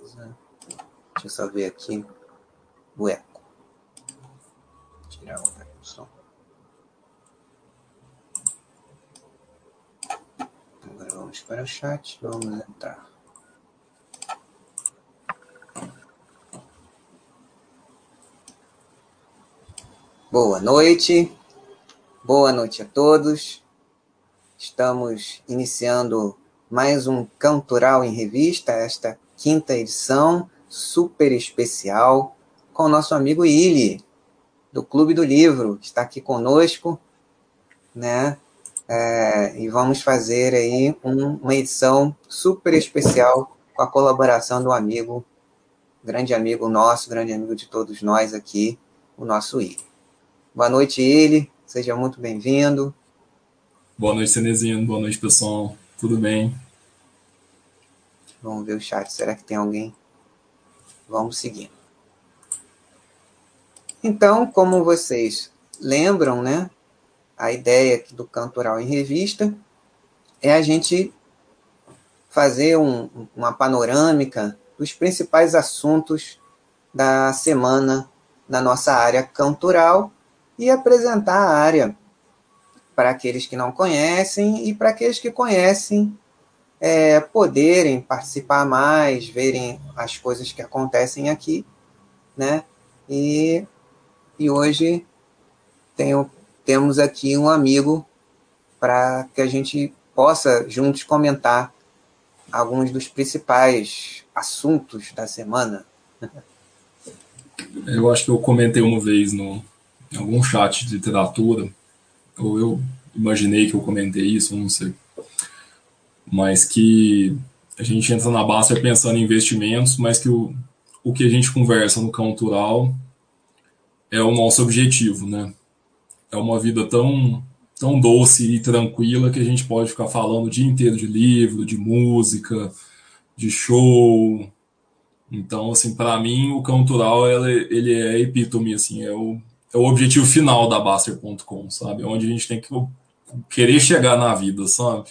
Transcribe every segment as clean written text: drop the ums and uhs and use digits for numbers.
Deixa eu só ver aqui o eco. Tirar o som. Agora vamos para o chat. Vamos entrar. Boa noite a todos. Estamos iniciando mais um Cantoral em Revista, esta 5ª edição, super especial, com o nosso amigo Ili, do Clube do Livro, que está aqui conosco, né? E vamos fazer aí uma edição super especial com a colaboração do amigo, grande amigo nosso, grande amigo de todos nós aqui, o nosso Ili. Boa noite, Ili, seja muito bem-vindo. Boa noite, Cenezino. Boa noite, pessoal. Tudo bem? Vamos ver o chat. Será que tem alguém? Vamos seguindo. Então, como vocês lembram, né? A ideia aqui do Cantoral em Revista é a gente fazer uma panorâmica dos principais assuntos da semana na nossa área cantoral e apresentar a área para aqueles que não conhecem e para aqueles que conhecem poderem participar mais, verem as coisas que acontecem aqui, né? E hoje temos aqui um amigo para que a gente possa juntos comentar alguns dos principais assuntos da semana. Eu acho que eu comentei uma vez em algum chat de literatura, ou eu imaginei que eu comentei isso, não sei. Mas que a gente entra na Baster pensando em investimentos, mas que o que a gente conversa no Cantoral é o nosso objetivo, né? É uma vida tão doce e tranquila que a gente pode ficar falando o dia inteiro de livro, de música, de show. Então, assim, para mim, o Cantoral ele é a epítome, assim, é o objetivo final da Baster.com, sabe? É onde a gente tem que querer chegar na vida, sabe?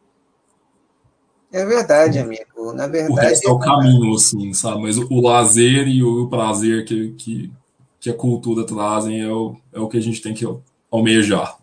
É verdade, amigo. Na O verdade, resto é o caminho, assim, sabe? Mas o lazer e o prazer que a cultura trazem é o que a gente tem que almejar.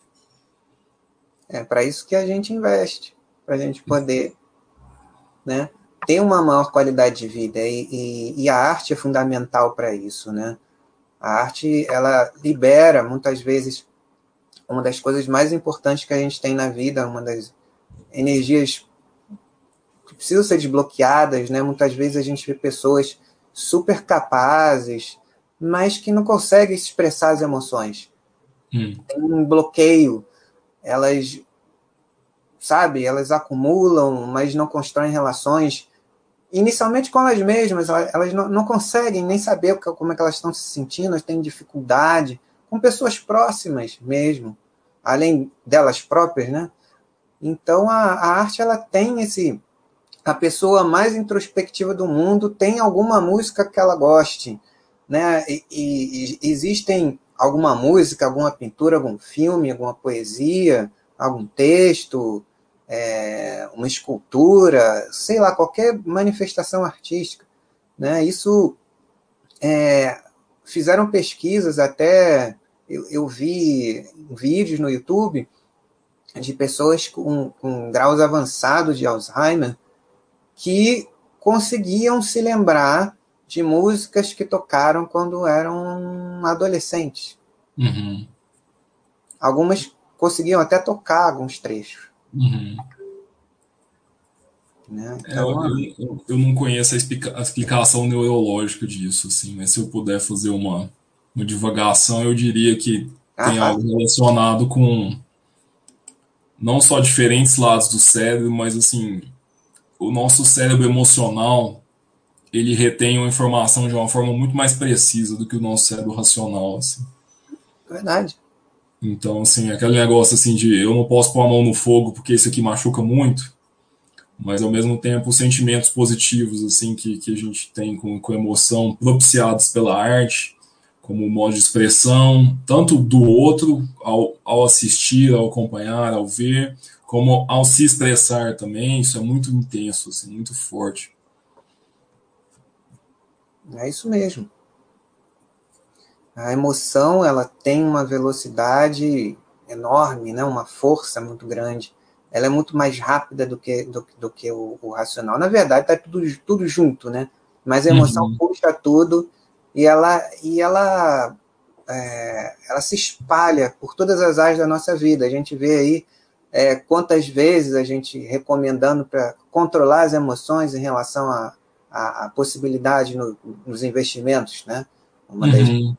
é para isso que a gente investe, para a gente poder, né, ter uma maior qualidade de vida. E a arte é fundamental para isso, né? A arte, ela libera, muitas vezes, uma das coisas mais importantes que a gente tem na vida, uma das energias que precisam ser desbloqueadas, né? Muitas vezes a gente vê pessoas super capazes, mas que não conseguem expressar as emoções. Tem um bloqueio, elas, sabe, elas acumulam, mas não constroem relações, inicialmente com elas mesmas, elas não conseguem nem saber como é que elas estão se sentindo, elas têm dificuldade, com pessoas próximas mesmo, além delas próprias, né? Então, a arte, ela tem a pessoa mais introspectiva do mundo tem alguma música que ela goste, né? E existem alguma música, alguma pintura, algum filme, alguma poesia, algum texto, uma escultura, sei lá, qualquer manifestação artística, né? Isso fizeram pesquisas até, eu vi vídeos no YouTube de pessoas com graus avançados de Alzheimer que conseguiam se lembrar de músicas que tocaram quando eram adolescentes. Uhum. Algumas conseguiam até tocar alguns trechos. Uhum. Né? Então, Eu não conheço a explicação neurológica disso, assim, mas se eu puder fazer uma divagação, eu diria que tem algo fácil. relacionado com não só diferentes lados do cérebro, mas assim, o nosso cérebro emocional, ele retém a informação de uma forma muito mais precisa do que o nosso cérebro racional, assim. Verdade. Então, assim, aquele negócio assim de eu não posso pôr a mão no fogo porque isso aqui machuca muito, mas ao mesmo tempo os sentimentos positivos assim que a gente tem com emoção propiciados pela arte, como modo de expressão, tanto do outro ao assistir, ao acompanhar, ao ver, como ao se expressar também, isso é muito intenso, assim, muito forte. É isso mesmo. A emoção, ela tem uma velocidade enorme, né? Uma força muito grande. Ela é muito mais rápida do que o racional. Na verdade, está tudo junto, né? Mas a emoção Uhum, puxa tudo e ela se espalha por todas as áreas da nossa vida. A gente vê aí quantas vezes a gente recomendando para controlar as emoções em relação à possibilidade nos investimentos, né? Uma das uhum,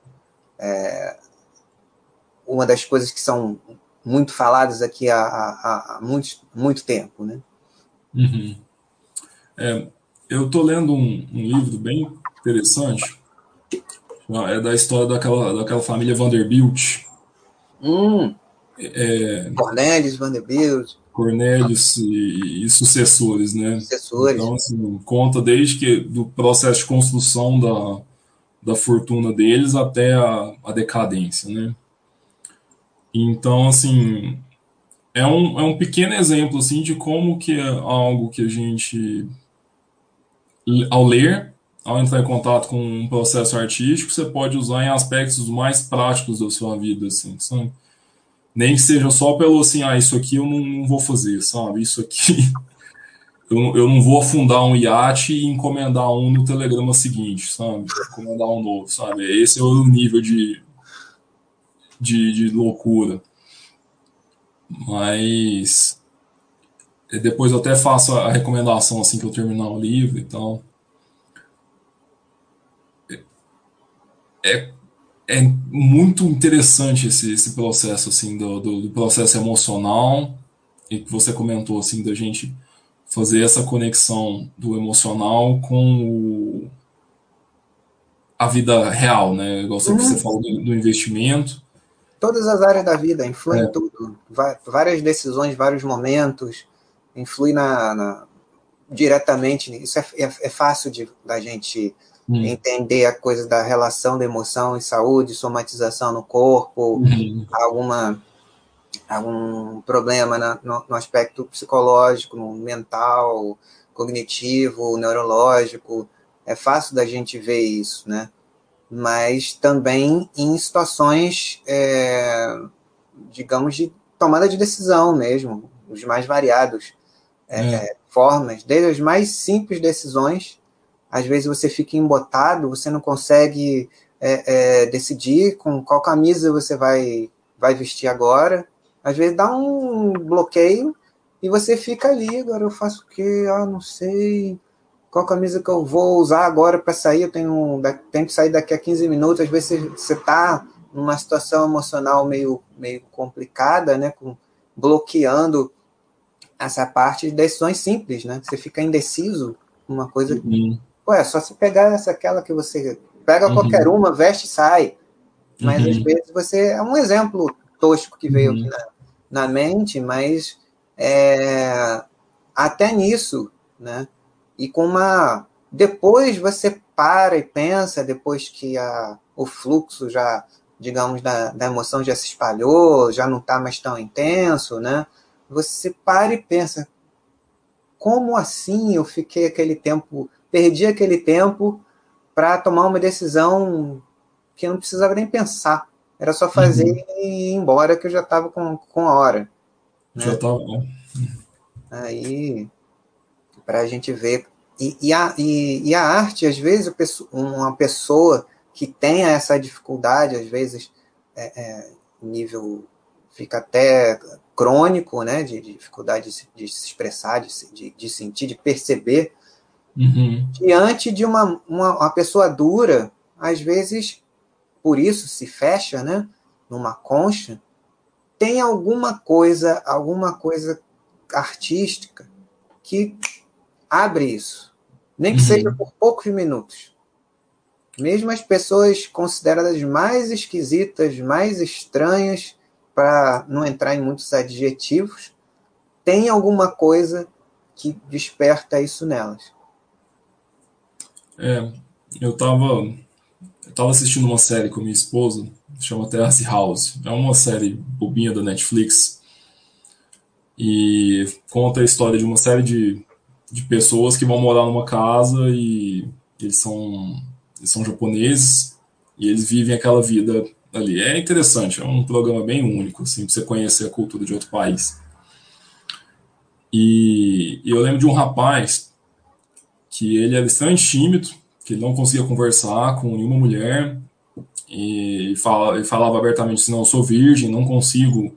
uma das coisas que são muito faladas aqui há muito tempo, né? uhum. É, eu tô lendo um livro bem interessante, é da história daquela família Vanderbilt, Hum, Cornelius, Vanderbilt, Cornelius e sucessores, né? sucessores. Então, assim, conta desde que do processo de construção da fortuna deles até a decadência, né? Então, assim, é um pequeno exemplo, assim, de como que é algo que a gente, ao ler, ao entrar em contato com um processo artístico, você pode usar em aspectos mais práticos da sua vida, assim, sabe? Nem que seja só pelo, assim, isso aqui eu não vou fazer, sabe? Isso aqui eu não vou afundar um iate e encomendar um no telegrama seguinte, sabe? Encomendar um novo, sabe? Esse é o nível de loucura. Mas depois eu até faço a recomendação assim que eu terminar o livro e tal. É, é muito interessante esse processo assim do processo emocional e que você comentou assim da gente fazer essa conexão do emocional com a vida real, né? Igual você Uhum. falou do investimento. Todas as áreas da vida, influem em É, tudo. Várias decisões, vários momentos, influi diretamente. Isso é fácil da gente hum, entender a coisa da relação da emoção e saúde, somatização no corpo, uhum, alguma algum problema no aspecto psicológico, no mental, cognitivo, neurológico. É fácil da gente ver isso, né? Mas também em situações, digamos, de tomada de decisão mesmo, os mais variados é, formas, desde as mais simples decisões. Às vezes você fica embotado, você não consegue decidir com qual camisa você vai vestir agora. Às vezes dá um bloqueio e você fica ali, agora eu faço o quê? Ah, não sei. Qual camisa que eu vou usar agora para sair? Tenho que sair daqui a 15 minutos. Às vezes você está numa situação emocional meio complicada, né? Bloqueando essa parte de decisões simples, né? Você fica indeciso, uma coisa. uhum, Pô, é só se pegar aquela que você pega qualquer uhum, uma, veste e sai. Mas às uhum, vezes você. É um exemplo tosco que veio aqui uhum, na mente, mas é, até nisso, né? E com uma. Depois você para e pensa, depois que o fluxo já, digamos, da emoção já se espalhou, já não está mais tão intenso, né? Você para e pensa, como assim eu fiquei aquele tempo, perdi aquele tempo para tomar uma decisão que eu não precisava nem pensar. Era só fazer uhum. e ir embora que eu já estava com a hora, Já né? tá. Aí, para a gente ver. E a arte, às vezes, uma pessoa que tenha essa dificuldade, às vezes, nível fica até crônico, né? De dificuldade de se expressar, de sentir, de perceber, Uhum, diante de uma pessoa dura, às vezes, por isso se fecha, né? Numa concha, tem alguma coisa artística que abre isso, nem que seja uhum. por poucos minutos. Mesmo as pessoas consideradas mais esquisitas, mais estranhas, para não entrar em muitos adjetivos, tem alguma coisa que desperta isso nelas. É, eu tava assistindo uma série com minha esposa, chama Terrace House. É uma série bobinha da Netflix e conta a história de uma série de pessoas que vão morar numa casa e eles são eles são japoneses e eles vivem aquela vida ali. É interessante, é um programa bem único, assim, pra você conhecer a cultura de outro país. E eu lembro de um rapaz que ele era extremamente tímido, que ele não conseguia conversar com nenhuma mulher, e ele falava abertamente assim, não, eu sou virgem, não consigo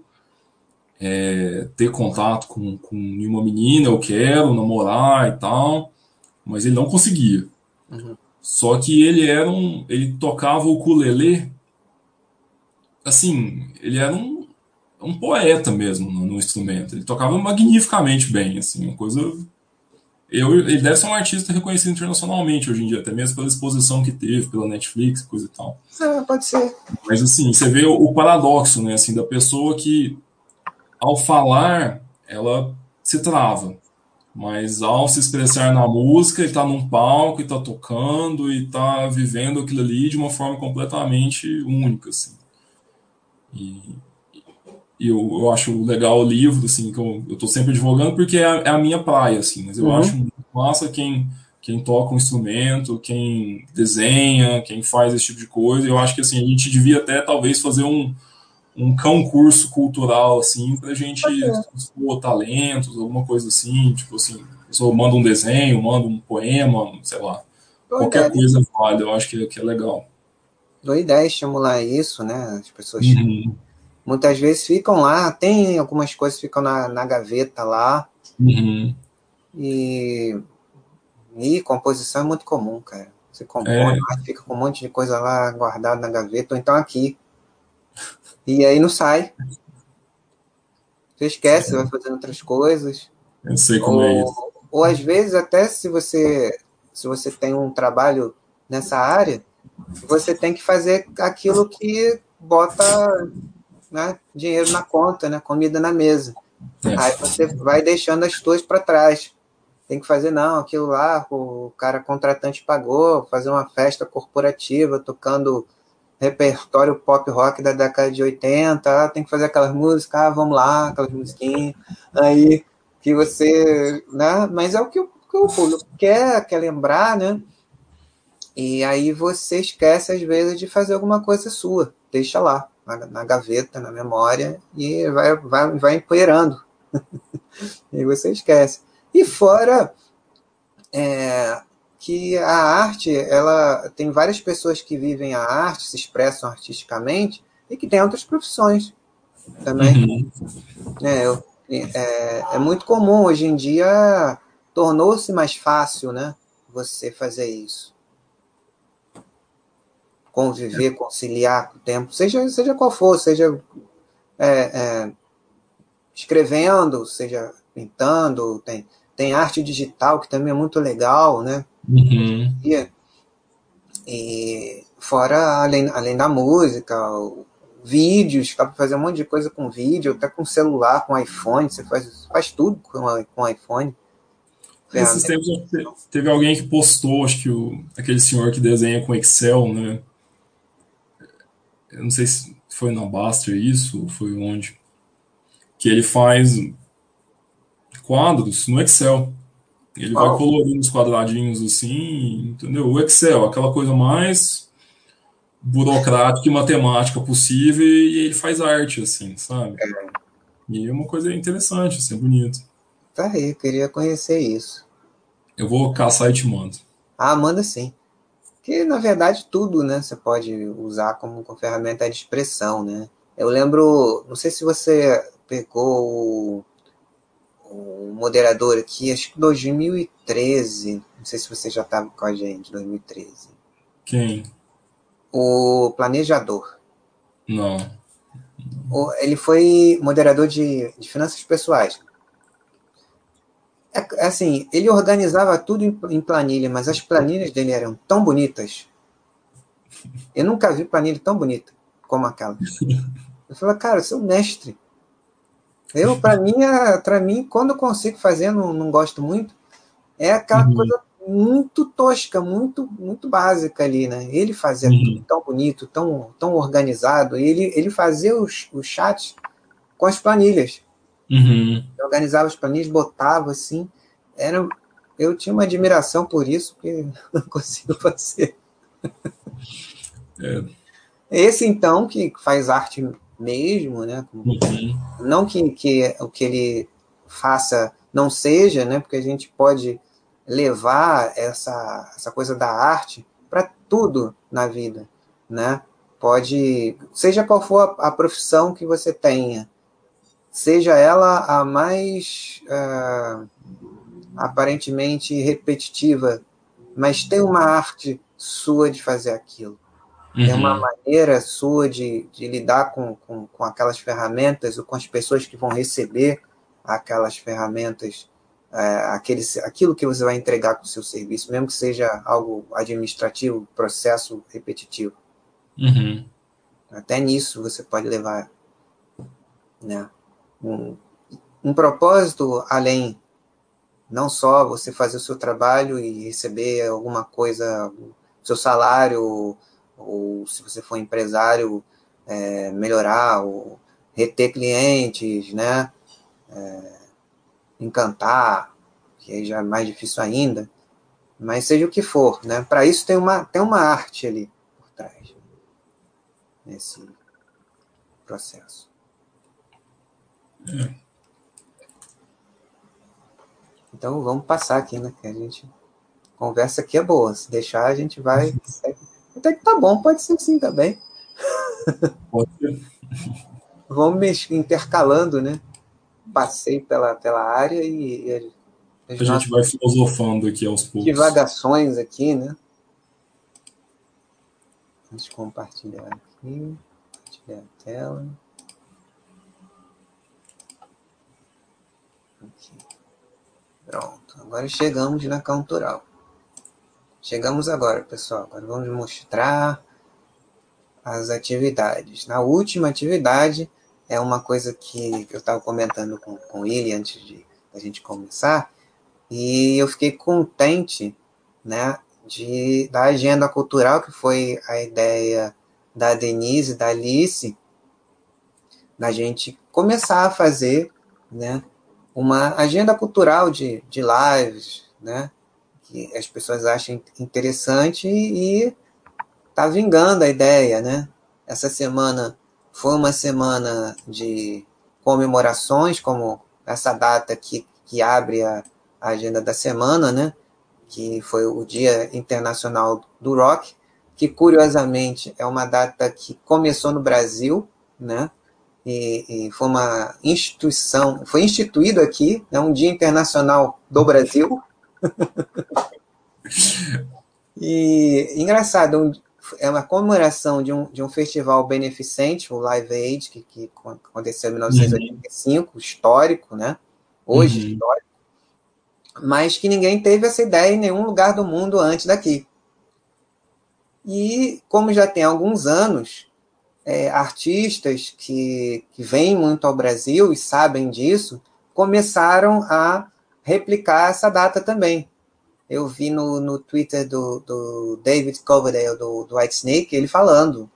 ter contato com nenhuma menina, eu quero namorar e tal, mas ele não conseguia. Uhum. Só que ele tocava o ukulele, assim, ele era um poeta mesmo no instrumento. Ele tocava magnificamente bem, assim, uma coisa. Ele deve ser um artista reconhecido internacionalmente hoje em dia, até mesmo pela exposição que teve pela Netflix, coisa e tal. Pode ser. Mas assim, você vê o paradoxo, né, assim, da pessoa que ao falar ela se trava, mas ao se expressar na música, ele está num palco, e está tocando e está vivendo aquilo ali de uma forma completamente única, assim. E, e eu acho legal o livro, assim, que eu tô sempre divulgando porque é a minha praia, assim, mas eu acho Uhum. muito massa quem toca um instrumento, quem desenha, quem faz esse tipo de coisa. Eu acho que, assim, a gente devia até, talvez, fazer um concurso cultural, assim, pra gente Pode ser. expor talentos, alguma coisa assim, tipo assim, a pessoa manda um desenho, manda um poema, sei lá, Boa qualquer ideia. coisa vale, eu acho que é legal. Boa ideia estimular isso, né? As pessoas Uhum, muitas vezes ficam lá, tem algumas coisas que ficam na gaveta lá, uhum. e, e composição é muito comum, cara. Você compõe, É, lá, fica com um monte de coisa lá guardada na gaveta, ou então aqui. E aí não sai. Você esquece, vai fazendo outras coisas. eu sei como é isso. Ou às vezes até se você tem um trabalho nessa área, você tem que fazer aquilo que bota, né, dinheiro na conta, né, comida na mesa. Aí É. você vai deixando as tuas para trás. Tem que fazer, não, aquilo lá, o cara contratante pagou, fazer uma festa corporativa, tocando repertório pop rock da década de 80, tem que fazer aquelas músicas, vamos lá, aquelas musiquinhas, aí que você, né, mas é o que o público quer lembrar, né, e aí você esquece às vezes de fazer alguma coisa sua, deixa lá, na gaveta, na memória, e vai empoeirando, e você esquece. E fora que a arte, ela tem várias pessoas que vivem a arte, se expressam artisticamente e que têm outras profissões também. Uhum. Né? É muito comum hoje em dia, tornou-se mais fácil, né? Você fazer isso, conviver, conciliar com o tempo, seja qual for, seja escrevendo, seja pintando, tem arte digital que também é muito legal, né? Uhum. E fora, além da música, vídeos, dá para fazer um monte de coisa com vídeo, até com celular, com iPhone, você faz tudo com iPhone, Esses ferramenta. tempos teve alguém que postou, acho que aquele senhor que desenha com Excel, né? Eu não sei se foi na Baster isso, ou foi onde, que ele faz quadros no Excel. Ele vai Uau, colorindo os quadradinhos assim, entendeu? O Excel, aquela coisa mais burocrática e matemática possível, e ele faz arte, assim, sabe? E é uma coisa interessante, assim, é bonito. tá aí, queria conhecer isso. Eu vou caçar e te mando. Manda sim. Que na verdade tudo, né, você pode usar como ferramenta de expressão, né? Eu lembro, não sei se você pegou o moderador aqui, acho que 2013, não sei se você já estava com a gente, 2013. Quem? O planejador. Não. Ele foi moderador de finanças pessoais. Assim, ele organizava tudo em planilha, mas as planilhas dele eram tão bonitas. Eu nunca vi planilha tão bonita como aquela. Eu falei, cara, eu sou mestre. Para mim, quando eu consigo fazer, não gosto muito, é aquela Uhum. coisa muito tosca, muito básica ali, né? Ele fazia tudo Uhum. tão bonito, tão organizado. Ele fazia os chats com as planilhas. Uhum. Eu organizava as planilhas, botava assim. Era, eu tinha uma admiração por isso, porque eu não consigo fazer. É. Esse, então, que faz arte mesmo, né? Uhum. Não que o que ele faça não seja, né? Porque a gente pode levar essa coisa da arte para tudo na vida, né? Pode, seja qual for a profissão que você tenha, seja ela a mais aparentemente repetitiva, mas tem uma arte sua de fazer aquilo. Tem uma Uhum. maneira sua de lidar com aquelas ferramentas ou com as pessoas que vão receber aquelas ferramentas, aquilo que você vai entregar com o seu serviço, mesmo que seja algo administrativo, processo repetitivo. Uhum. Até nisso você pode levar, né, um, um propósito além, não só você fazer o seu trabalho e receber alguma coisa, seu salário, ou se você for empresário, melhorar, ou reter clientes, né? Encantar, que aí já é mais difícil ainda, mas seja o que for, né? Para isso tem uma arte ali por trás, nesse processo. Então vamos passar aqui, né? Que a gente conversa aqui é boa. Se deixar, a gente vai. Até que tá bom, pode ser sim também. Pode ser. Vamos intercalando, né? Passei pela área e as A gente nossas vai filosofando aqui aos poucos. divagações aqui, né? Deixa eu compartilhar aqui. Compartilhar a tela. Aqui. Pronto. Agora chegamos na Cantoral. Chegamos agora, pessoal. Agora vamos mostrar as atividades. Na última atividade, é uma coisa que eu estava comentando com ele antes de a gente começar, e eu fiquei contente, né, da agenda cultural, que foi a ideia da Denise e da Alice, da gente começar a fazer, né, uma agenda cultural de lives, né, que as pessoas achem interessante e tá vingando a ideia, né? Essa semana foi uma semana de comemorações, como essa data que abre a agenda da semana, né? Que foi o Dia Internacional do Rock, que curiosamente é uma data que começou no Brasil, né? E foi uma instituição, foi instituído aqui, né, um Dia Internacional do Brasil. E engraçado, é uma comemoração de um festival beneficente, o Live Aid, que aconteceu em Uhum. 1985, histórico, né? Hoje Uhum. histórico, mas que ninguém teve essa ideia em nenhum lugar do mundo antes daqui. E como já tem alguns anos, artistas que vêm muito ao Brasil e sabem disso, começaram a replicar essa data também. Eu vi no Twitter do David Coverdale, do Whitesnake, ele falando.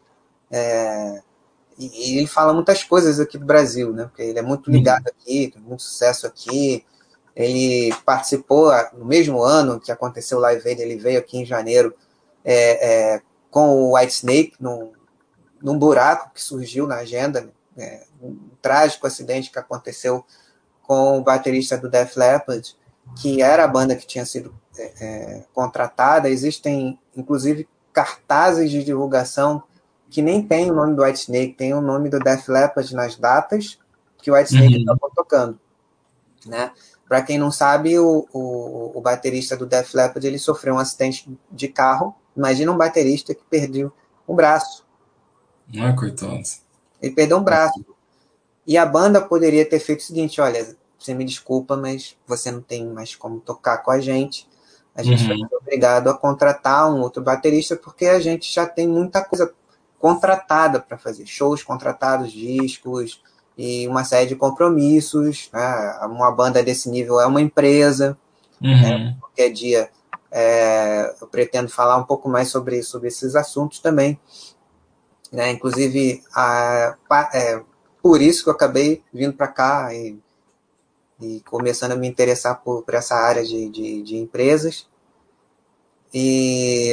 E ele fala muitas coisas aqui do Brasil, né? Porque ele é muito ligado Uhum. aqui, tem muito sucesso aqui. Ele participou no mesmo ano que aconteceu o Live Aid, ele veio aqui em janeiro com o Whitesnake num buraco que surgiu na agenda, né? Um trágico acidente que aconteceu com o baterista do Def Leppard, que era a banda que tinha sido contratada. Existem, inclusive, cartazes de divulgação que nem tem o nome do Whitesnake, tem o nome do Def Leppard nas datas que o Whitesnake Uhum. estava tocando, né? Para quem não sabe, o baterista do Def Leppard ele sofreu um acidente de carro. Imagina um baterista que perdeu um braço. Ah, coitado. Ele perdeu um braço. E a banda poderia ter feito o seguinte: olha, você me desculpa, mas você não tem mais como tocar com a gente. A gente vai Uhum. ser obrigado a contratar um outro baterista, porque a gente já tem muita coisa contratada para fazer. Shows contratados, discos e uma série de compromissos. Né? Uma banda desse nível é uma empresa. Uhum. Qualquer dia eu pretendo falar um pouco mais sobre esses assuntos também. Né? Inclusive, por isso que eu acabei vindo para cá e começando a me interessar por essa área de empresas. E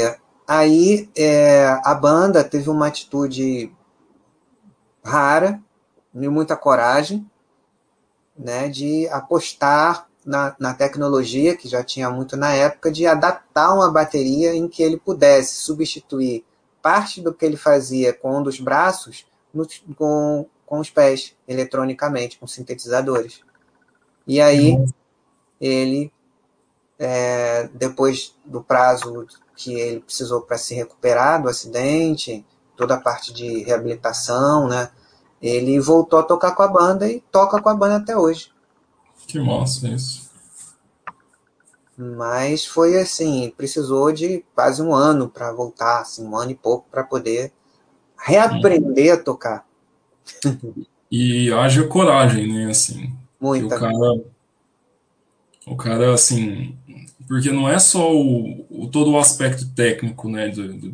Aí a banda teve uma atitude rara, de muita coragem, né, de apostar na tecnologia, que já tinha muito na época, de adaptar uma bateria em que ele pudesse substituir parte do que ele fazia com um dos braços com os pés, eletronicamente, com sintetizadores. E aí, ele, depois do prazo que ele precisou para se recuperar do acidente, toda a parte de reabilitação, né, ele voltou a tocar com a banda e toca com a banda até hoje. Que massa isso. Mas foi assim, precisou de quase um ano para voltar, assim, um ano e pouco para poder reaprender a tocar. E haja coragem, né, assim, que Muita. o cara, assim, porque não é só todo o aspecto técnico, né,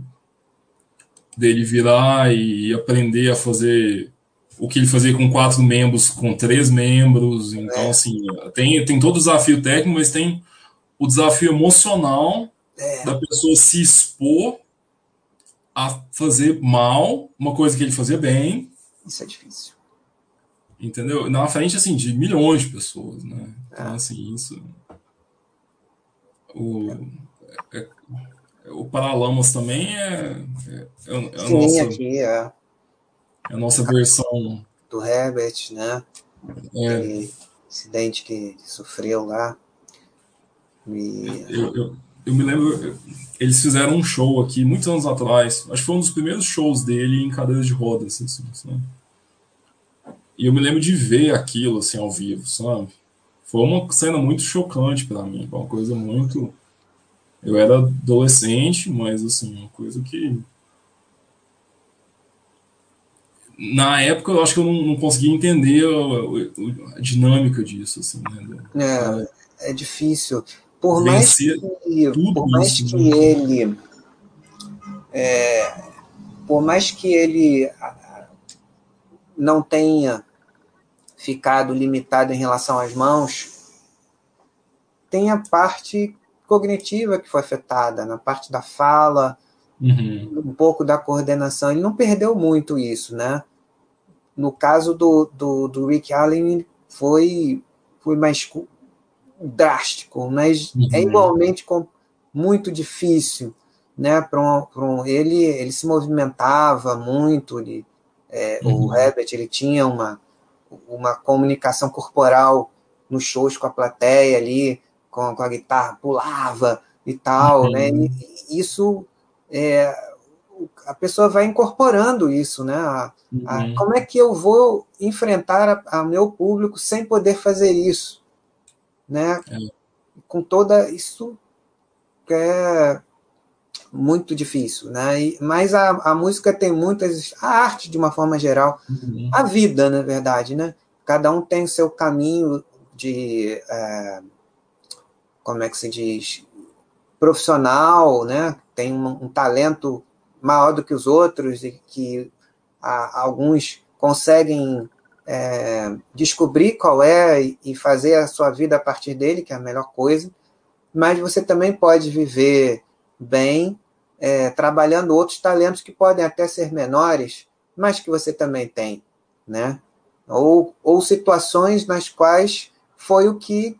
dele virar e aprender a fazer o que ele fazia com 4 membros, com 3 membros. Então, É, assim, tem todo o desafio técnico, mas tem o desafio emocional é, da pessoa se expor a fazer mal uma coisa que ele fazia bem, isso é difícil. entendeu? Na frente, assim, de milhões de pessoas, né? Então, É. assim, isso... O, é, o Paralamas também Sim, aqui é a nossa versão. do Herbert, né? É, Aquele acidente que sofreu lá. E, eu me lembro, eles fizeram um show aqui muitos anos atrás. Acho que foi um dos primeiros shows dele em cadeira de rodas, assim, sabe? E eu me lembro de ver aquilo assim ao vivo, sabe? Foi uma cena muito chocante pra mim, uma coisa muito. Eu era adolescente, mas assim, uma coisa que na época eu acho que eu não conseguia entender a dinâmica disso, assim, né? Do cara é difícil. Por mais vencer que, tudo por mais isso, que né? ele, por mais que ele não tenha ficado limitado em relação às mãos, tem a parte cognitiva que foi afetada, na parte da fala, Uhum, um pouco da coordenação. Ele não perdeu muito isso, né? No caso do Rick Allen, foi mais drástico, mas é uhum, igualmente muito difícil, né? Ele se movimentava muito, o uhum, Herbert ele tinha uma comunicação corporal nos shows com a plateia ali, com a guitarra, pulava e tal, né? uhum, E isso é, a pessoa vai incorporando isso, né? uhum. Como é que eu vou enfrentar a meu público sem poder fazer isso, né? É, Com toda isso que é muito difícil, né? Mas a música tem muitas, a arte de uma forma geral, uhum, a vida, na verdade, né? Cada um tem o seu caminho como é que se diz, profissional, né? Tem um talento maior do que os outros e que alguns conseguem descobrir qual é e fazer a sua vida a partir dele, que é a melhor coisa. Mas você também pode viver bem trabalhando outros talentos que podem até ser menores, mas que você também tem, né? Ou situações nas quais foi o que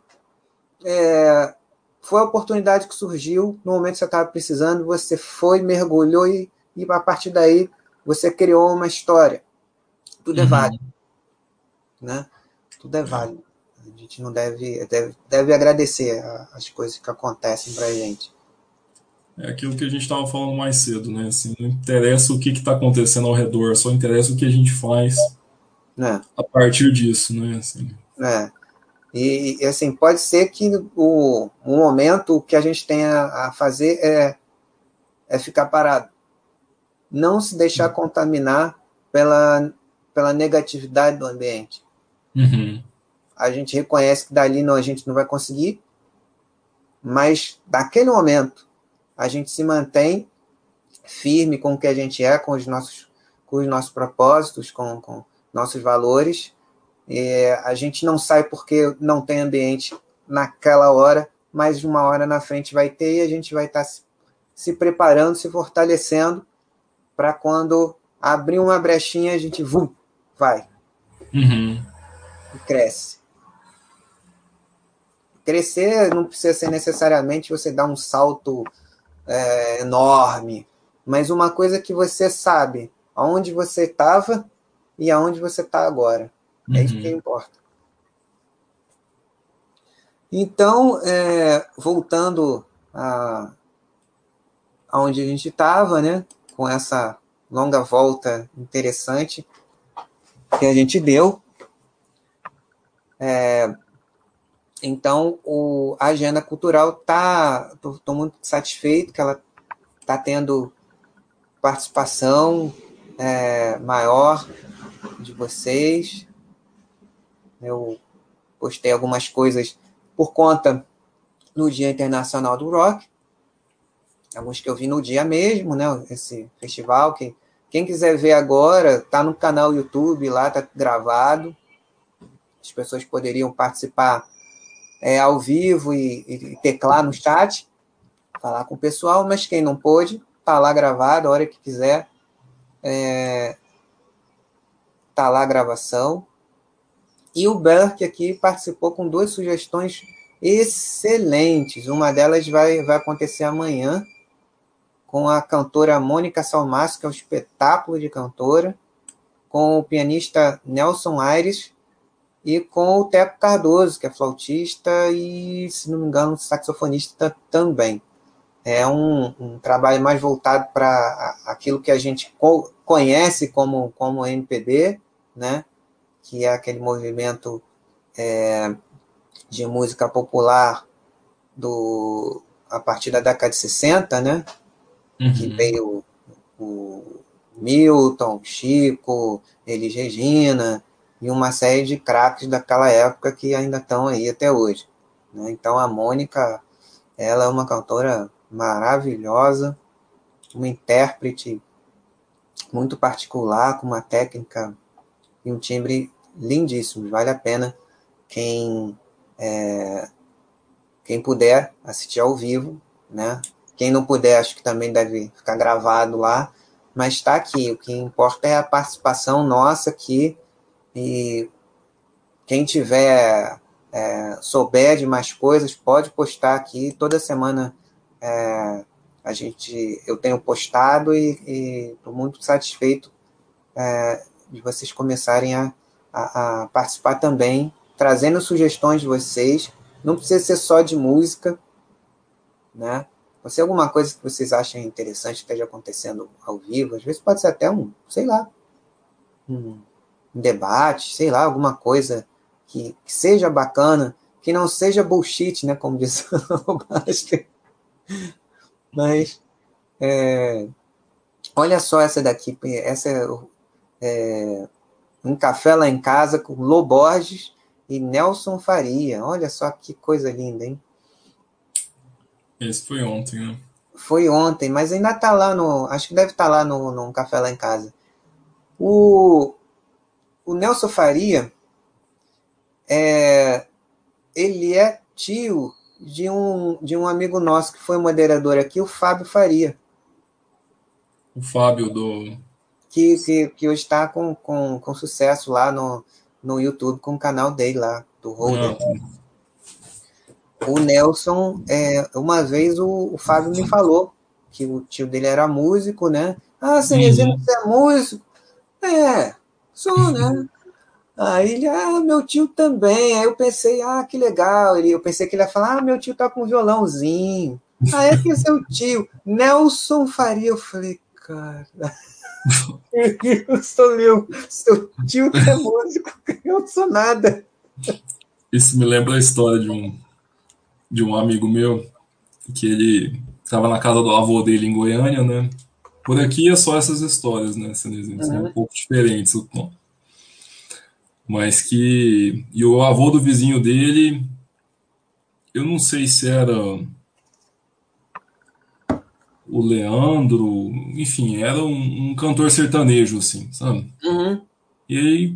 foi a oportunidade que surgiu no momento que você estava precisando, você foi, mergulhou e a partir daí você criou uma história. Tudo é válido, uhum. né? Tudo é válido. A gente não deve agradecer as coisas que acontecem para a gente. É aquilo que a gente estava falando mais cedo, né? Assim, não interessa o que está acontecendo ao redor, só interessa o que a gente faz Né? a partir disso, né? Assim, Né? Assim, pode ser que o momento que a gente tenha a fazer é ficar parado. Não se deixar contaminar pela negatividade do ambiente. uhum, A gente reconhece que dali a gente não vai conseguir, mas naquele momento a gente se mantém firme com o que a gente é, com os nossos propósitos, com nossos valores. A gente não sai porque não tem ambiente naquela hora, mas uma hora na frente vai ter e a gente vai estar se preparando, se fortalecendo para quando abrir uma brechinha a gente vai Uhum. e cresce. Crescer não precisa ser necessariamente você dar um salto enorme, mas uma coisa que você sabe aonde você estava e aonde você está agora. É isso que Uhum. importa. Então, voltando aonde a gente estava, né, com essa longa volta interessante que a gente deu, então a agenda cultural estou muito satisfeito que ela está tendo participação maior de vocês. Eu postei algumas coisas por conta no Dia Internacional do Rock, alguns que eu vi no dia mesmo, né? Esse festival que quem quiser ver agora tá no canal YouTube lá, tá gravado. As pessoas poderiam participar ao vivo e teclar no chat, falar com o pessoal, mas quem não pôde, tá lá gravado, a hora que quiser, tá lá a gravação. E o Berk aqui participou com duas sugestões excelentes. Uma delas vai acontecer amanhã, com a cantora Mônica Salmaço, que é um espetáculo de cantora, com o pianista Nelson Aires e com o Teco Cardoso, que é flautista e, se não me engano, saxofonista também. É um trabalho mais voltado para aquilo que a gente conhece como MPB, né? Que é aquele movimento de música popular a partir da década de 60, né? Que Uhum. veio o Milton, Chico, Elis Regina e uma série de craques daquela época que ainda estão aí até hoje. Né? Então a Mônica, ela é uma cantora maravilhosa, uma intérprete muito particular, com uma técnica e um timbre lindíssimo. Vale a pena quem quem puder assistir ao vivo, né? Quem não puder, acho que também deve ficar gravado lá, mas está aqui. O que importa é a participação nossa aqui e quem tiver souber de mais coisas pode postar aqui. Toda semana eu tenho postado e estou muito satisfeito de vocês começarem a participar também, trazendo sugestões de vocês. Não precisa ser só de música, né? Se alguma coisa que vocês achem interessante que esteja acontecendo ao vivo, às vezes pode ser até sei lá, um, um debate, sei lá, alguma coisa que seja bacana, que não seja bullshit, né, como diz o Baster. Mas olha só essa daqui, essa um café lá em casa com Lô Borges e Nelson Faria. Olha só que coisa linda, hein? Esse foi ontem, né? Foi ontem, mas ainda está lá acho que deve estar lá no café lá em casa. O, o Nelson Faria, ele é tio de um amigo nosso que foi moderador aqui, o Fábio Faria, O Fábio do. que hoje está com sucesso lá no YouTube, com o canal dele lá, do Ah, Holder. O Nelson, uma vez o Fábio me falou que o tio dele era músico, né? Ah, Cenezino, uhum. você é músico? Sou, né? Aí ele, meu tio também. Aí eu pensei, que legal. Eu pensei que ele ia falar, meu tio tá com um violãozinho. Que é seu tio, Nelson Faria. Eu falei, cara, eu sou seu tio que é músico, eu não sou nada. Isso me lembra a história de um amigo meu, que ele estava na casa do avô dele em Goiânia, né? Por aqui é só essas histórias, né, Cenezino? São um Uhum. pouco diferentes, o tom. Mas que. E o avô do vizinho dele, eu não sei se era o Leandro, enfim, era um cantor sertanejo, assim, sabe? Uhum. E aí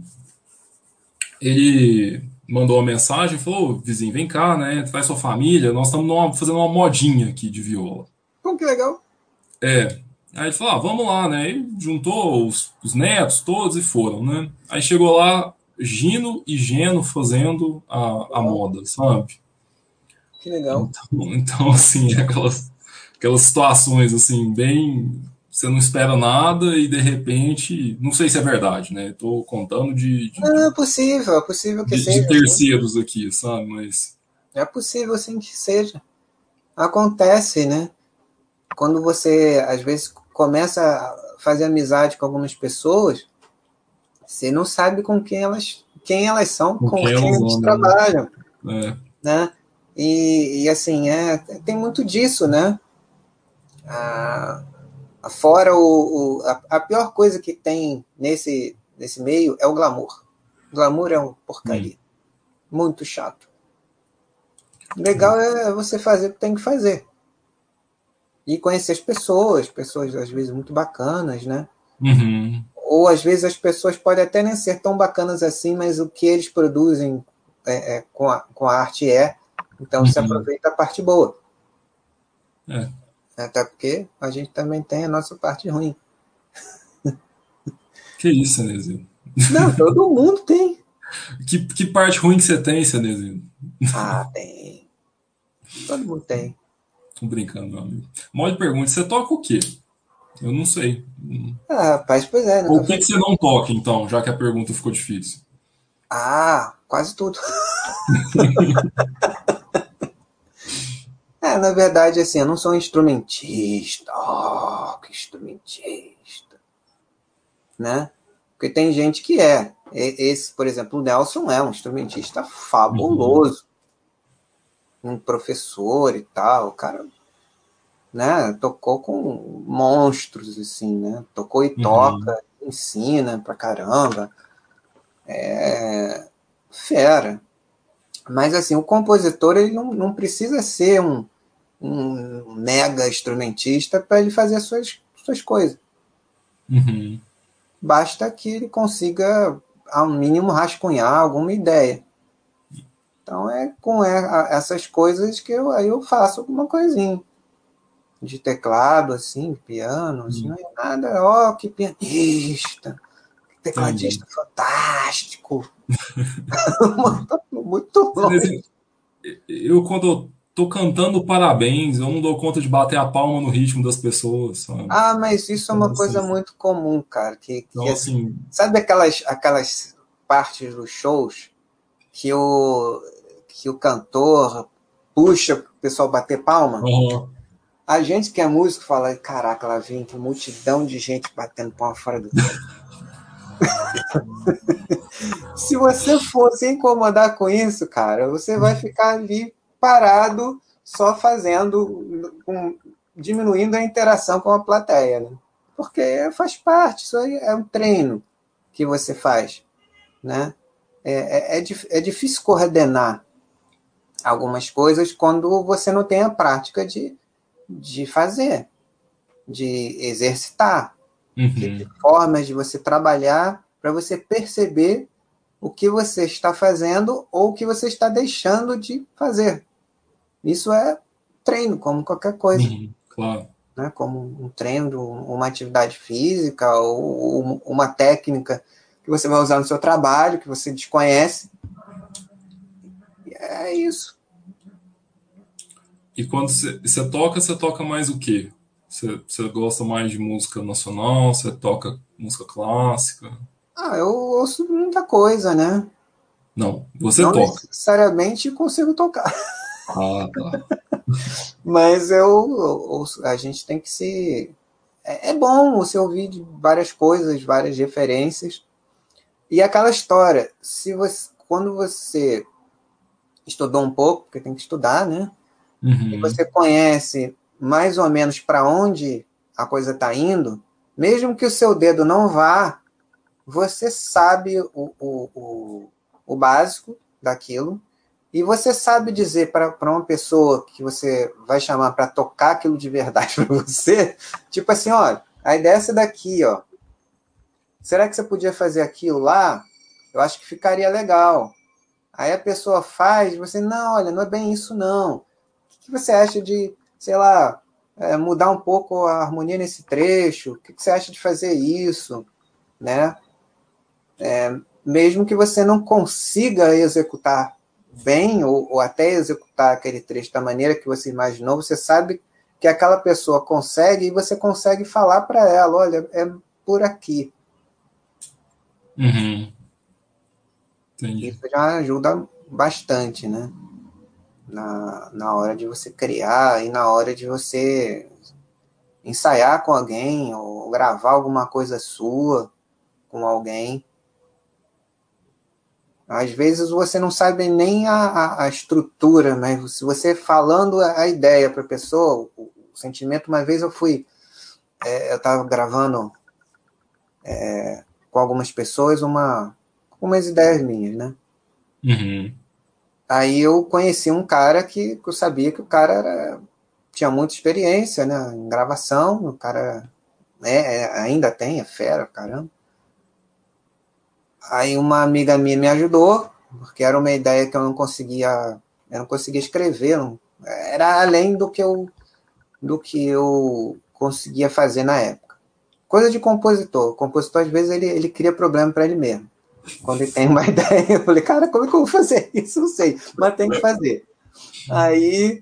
ele mandou uma mensagem, falou: "Ô, vizinho, vem cá, né? Traz sua família, nós estamos fazendo uma modinha aqui de viola." Como que legal. É. Aí ele falou, vamos lá, né? Aí juntou os netos todos e foram, né? Aí chegou lá, Gino e Geno fazendo a Uau, moda, sabe? que legal. Então assim, aquelas situações, assim, bem... Você não espera nada e, de repente... Não sei se é verdade, né? Tô contando Não, é possível que de seja, sim. terceiros aqui, sabe? Mas... É possível, sim, que seja. Acontece, né? Quando você, às vezes, começa a fazer amizade com algumas pessoas, você não sabe com quem elas são, Com com quem quem elas elas andam, né? trabalham, É. né? E assim, tem muito disso, né? A, Fora a pior coisa que tem nesse meio é o glamour. O glamour é uma Hum. porcaria. Muito chato. Legal é você fazer o que tem que fazer. E conhecer as pessoas, pessoas às vezes muito bacanas, né? Uhum. Ou às vezes as pessoas podem até nem ser tão bacanas assim, mas o que eles produzem com a arte é. Então se Uhum. aproveita a parte boa. É. Até porque a gente também tem a nossa parte ruim. Que isso, Cenezinho? Não, todo mundo tem. Que parte ruim que você tem, Cenezinho? Ah, tem. Todo mundo tem. Tô brincando, meu amigo. Mal de pergunta, você toca o quê? Eu não sei. Ah, rapaz, pois é, Ou nunca o que foi. que você não toca, então, já que a pergunta ficou difícil? Ah, quase tudo. Na verdade, assim, eu não sou um instrumentista. Oh, que instrumentista, né? Porque tem gente que é. Esse, por exemplo, o Nelson é um instrumentista Uhum. fabuloso, um professor e tal, o cara, né? Tocou com monstros, assim, né? Tocou e Uhum. toca, ensina pra caramba, fera. Mas assim, o compositor ele não precisa ser um mega instrumentista para ele fazer as suas coisas. Uhum. Basta que ele consiga, ao mínimo, rascunhar alguma ideia. Então é com essas coisas que aí eu faço alguma coisinha. De teclado, assim, piano, assim, não Uhum. é nada, ó, que pianista, que Entendi. tecladista fantástico, muito longe. Cenezinho, eu, quando eu tô cantando parabéns, eu não dou conta de bater a palma no ritmo das pessoas, sabe? Ah, mas isso é Então, uma coisa assim, muito comum, cara, que então, assim, assim, sabe aquelas partes dos shows que o cantor puxa o pessoal bater palma? uhum. A gente que é músico fala, caraca, lá vem que multidão de gente batendo palma fora do tempo. Se você for se incomodar com isso, cara, você vai ficar ali parado, só diminuindo a interação com a plateia, né? Porque faz parte, isso aí é um treino que você faz, né? É difícil coordenar algumas coisas quando você não tem a prática de fazer, de exercitar, de ter Uhum. formas de você trabalhar para você perceber o que você está fazendo ou o que você está deixando de fazer. Isso é treino, como qualquer coisa, Uhum. Claro. né? Como um treino, uma atividade física ou uma técnica que você vai usar no seu trabalho, que você desconhece. É isso. E quando você toca mais o quê? Você gosta mais de música nacional? Você toca música clássica? Eu ouço muita coisa, né? Não, você Não toca. necessariamente consigo tocar, Ah, tá. mas a gente tem que se. É bom você ouvir de várias coisas, várias referências. E aquela história, quando você estudou um pouco, porque tem que estudar, né? E Uhum. você conhece mais ou menos para onde a coisa está indo, mesmo que o seu dedo não vá, você sabe o básico daquilo e você sabe dizer para uma pessoa que você vai chamar para tocar aquilo de verdade para você, tipo assim, olha, a ideia é essa daqui, ó. Será que você podia fazer aquilo lá? Eu acho que ficaria legal. Aí a pessoa faz, você, não, olha, não é bem isso não. O que você acha de, sei lá, mudar um pouco a harmonia nesse trecho, o que você acha de fazer isso, né? Mesmo que você não consiga executar bem, ou até executar aquele trecho da maneira que você imaginou, você sabe que aquela pessoa consegue e você consegue falar para ela, olha, é por aqui. Uhum. Entendi. Isso já ajuda bastante, né? Na hora de você criar e na hora de você ensaiar com alguém ou gravar alguma coisa sua com alguém. Às vezes você não sabe nem a estrutura, mas se você falando a ideia para a pessoa, o sentimento, uma vez eu estava gravando com algumas pessoas umas ideias minhas, né? Uhum. Aí eu conheci um cara que eu sabia que o cara tinha muita experiência, né, em gravação, o cara ainda tem, é fera, caramba. Aí uma amiga minha me ajudou, porque era uma ideia que eu não conseguia escrever, era além do que eu conseguia fazer na época. Coisa de compositor. O compositor, às vezes, ele cria problema para ele mesmo. Quando ele tem uma ideia, eu falei, cara, como é que eu vou fazer isso? Não sei, mas tem que fazer. Aí,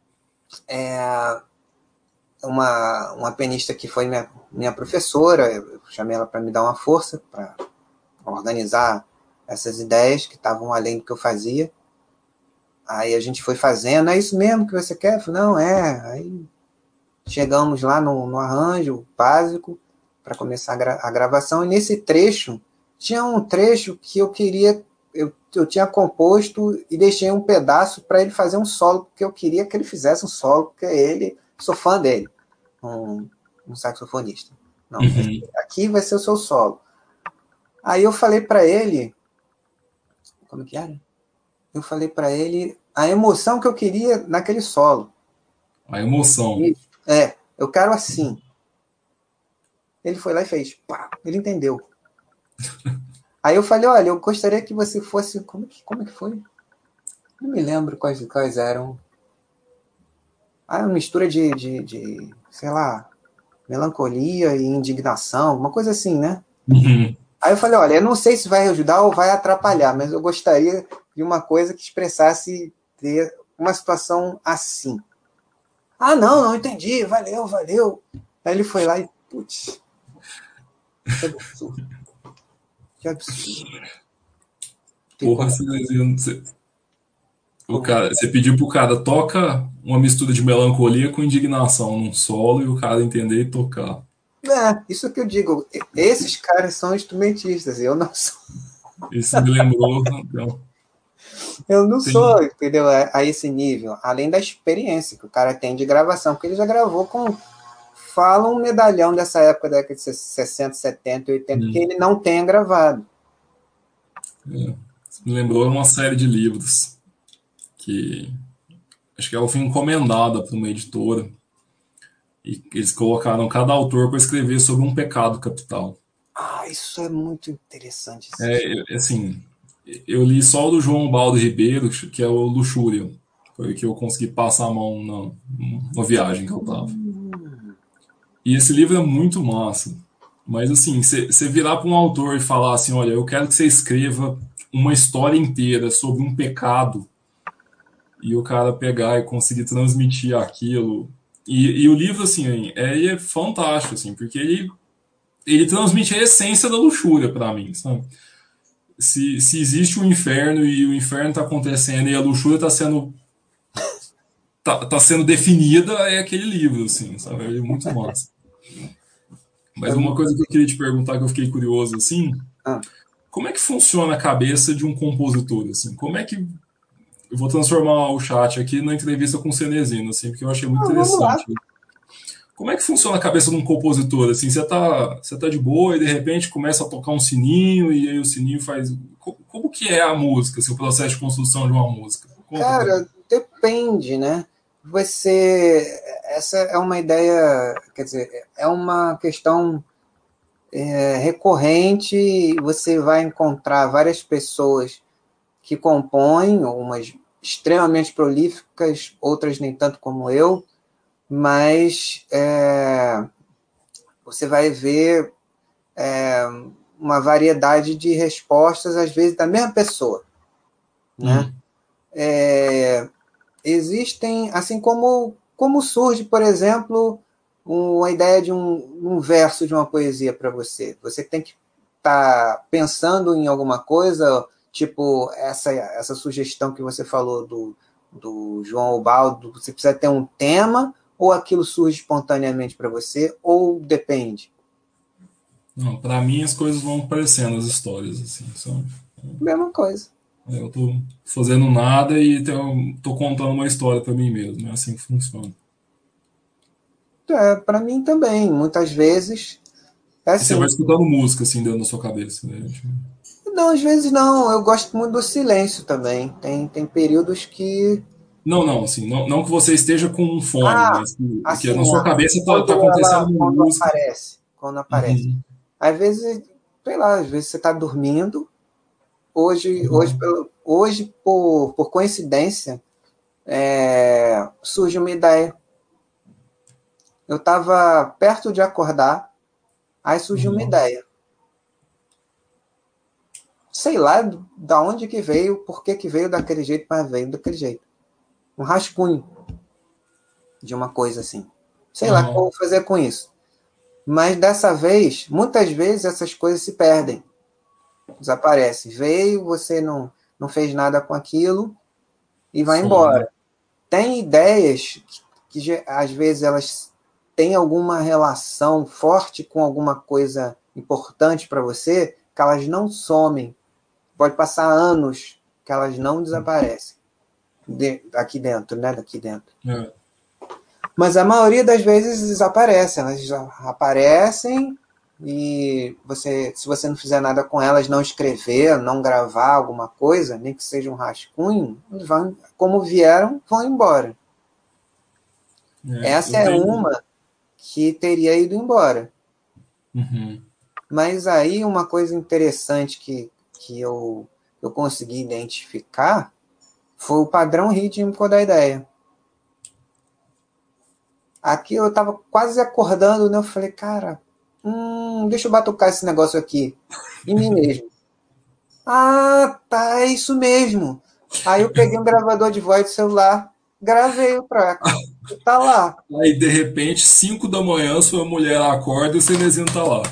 uma pianista que foi minha professora, eu chamei ela para me dar uma força, para organizar essas ideias que estavam além do que eu fazia. Aí a gente foi fazendo, é isso mesmo que você quer? Eu falei, não, Aí chegamos lá no arranjo básico para começar a gravação, e nesse trecho, tinha um trecho que eu queria, eu tinha composto e deixei um pedaço para ele fazer um solo, porque eu queria que ele fizesse um solo, porque sou fã dele, um saxofonista. Não, Uhum. aqui vai ser o seu solo. Aí eu falei para ele, como que era? Eu falei para ele a emoção que eu queria naquele solo. A emoção. E, eu quero assim. Ele foi lá e fez. Pá, ele entendeu. Aí eu falei, olha, eu gostaria que você fosse. Como é que foi? Não me lembro quais eram. Uma mistura sei lá, melancolia e indignação, uma coisa assim, né? Uhum. Aí eu falei, olha, eu não sei se vai ajudar ou vai atrapalhar, mas eu gostaria de uma coisa que expressasse ter uma situação assim. Ah, não entendi, valeu, valeu. Aí ele foi lá e, putz, que absurdo, que absurdo. Porra, Ficou. você pediu pro cara toca uma mistura de melancolia com indignação num solo e o cara entender e tocar. Isso que eu digo, esses caras são instrumentistas, eu não sou. Isso me lembrou, então, Eu não sou, tem, entendeu? A esse nível, além da experiência que o cara tem de gravação, porque ele já gravou com. Fala um medalhão dessa época, da década de 60, 70, 80, que ele não tenha gravado. isso me lembrou uma série de livros que acho que ela foi encomendada por uma editora e eles colocaram cada autor para escrever sobre um pecado capital. Isso é muito interessante. Assim, eu li só o do João Baldo Ribeiro, que é o Luxúria. Foi o que eu consegui passar a mão na viagem que eu tava. E esse livro é muito massa. Mas assim, você virar para um autor e falar assim, olha, eu quero que você escreva uma história inteira sobre um pecado e o cara pegar e conseguir transmitir aquilo. E o livro, assim, é fantástico, assim, porque ele transmite a essência da luxúria para mim, sabe? Se existe um inferno e o inferno está acontecendo e a luxúria tá sendo definida, é aquele livro, assim, sabe? É muito massa. É Mas uma muito. coisa que eu queria te perguntar, que eu fiquei curioso, assim, Ah, como é que funciona a cabeça de um compositor, assim? Como é que... Eu vou transformar o chat aqui na entrevista com o Cenezino, assim, porque eu achei muito vamos lá. interessante. Como é que funciona a cabeça de um compositor, assim? Você tá de boa e de repente começa a tocar um sininho e aí o sininho faz... Como que é a música, assim, o processo de construção de uma música? Conta pra mim. Cara, depende, né? Você. Essa é uma ideia, quer dizer, é uma questão recorrente. Você vai encontrar várias pessoas que compõem, umas extremamente prolíficas, outras nem tanto como eu, mas você vai ver uma variedade de respostas, às vezes, da mesma pessoa, né? Existem, assim como surge, por exemplo, uma ideia de um verso de uma poesia para você. Você tem que estar pensando em alguma coisa, tipo essa sugestão que você falou do João Ubaldo, você precisa ter um tema, ou aquilo surge espontaneamente para você, ou depende? Não, para mim as coisas vão aparecendo, as histórias, assim, sabe? Mesma coisa. Eu tô fazendo nada e tô contando uma história para mim mesmo, é assim que funciona. Para mim também, muitas vezes, é E você vai assim. escutando música, assim, dentro da sua cabeça, né? Tipo, Não, às vezes não, eu gosto muito do silêncio também. Tem períodos que. não, não, assim, não que você esteja com um fone, Ah, mas que na assim, sua cabeça tá quando acontecendo uma quando música. aparece, quando aparece. Uhum, Às vezes, sei lá, às vezes você está dormindo. uhum, Hoje por coincidência, surge uma ideia. Eu estava perto de acordar, aí surgiu uma uhum. ideia. Sei lá da onde que veio, por que que veio daquele jeito, mas veio daquele jeito. Um rascunho de uma coisa assim. Sei lá o que eu Aham. vou fazer com isso. Mas dessa vez, muitas vezes essas coisas se perdem, desaparecem. Veio, você não fez nada com aquilo e vai Some, né? embora. Tem ideias às vezes elas têm alguma relação forte com alguma coisa importante para você, que elas não somem. Pode passar anos que elas não desaparecem aqui dentro, né? Daqui dentro. É. Mas a maioria das vezes desaparecem, elas já aparecem e se você não fizer nada com elas, não escrever, não gravar alguma coisa, nem que seja um rascunho, eles vão, como vieram, vão embora. Essa Eu é tenho. uma que teria ido embora. Uhum. Mas aí uma coisa interessante que eu consegui identificar foi o padrão rítmico da ideia. Aqui eu estava quase acordando, né? Eu falei, cara, deixa eu batucar esse negócio aqui. Em mim mesmo. Ah, tá, é isso mesmo. Aí eu peguei um gravador de voz do celular, gravei o track. E tá lá. Aí, de repente, 5 da manhã, sua mulher acorda e o Cenezinho tá lá.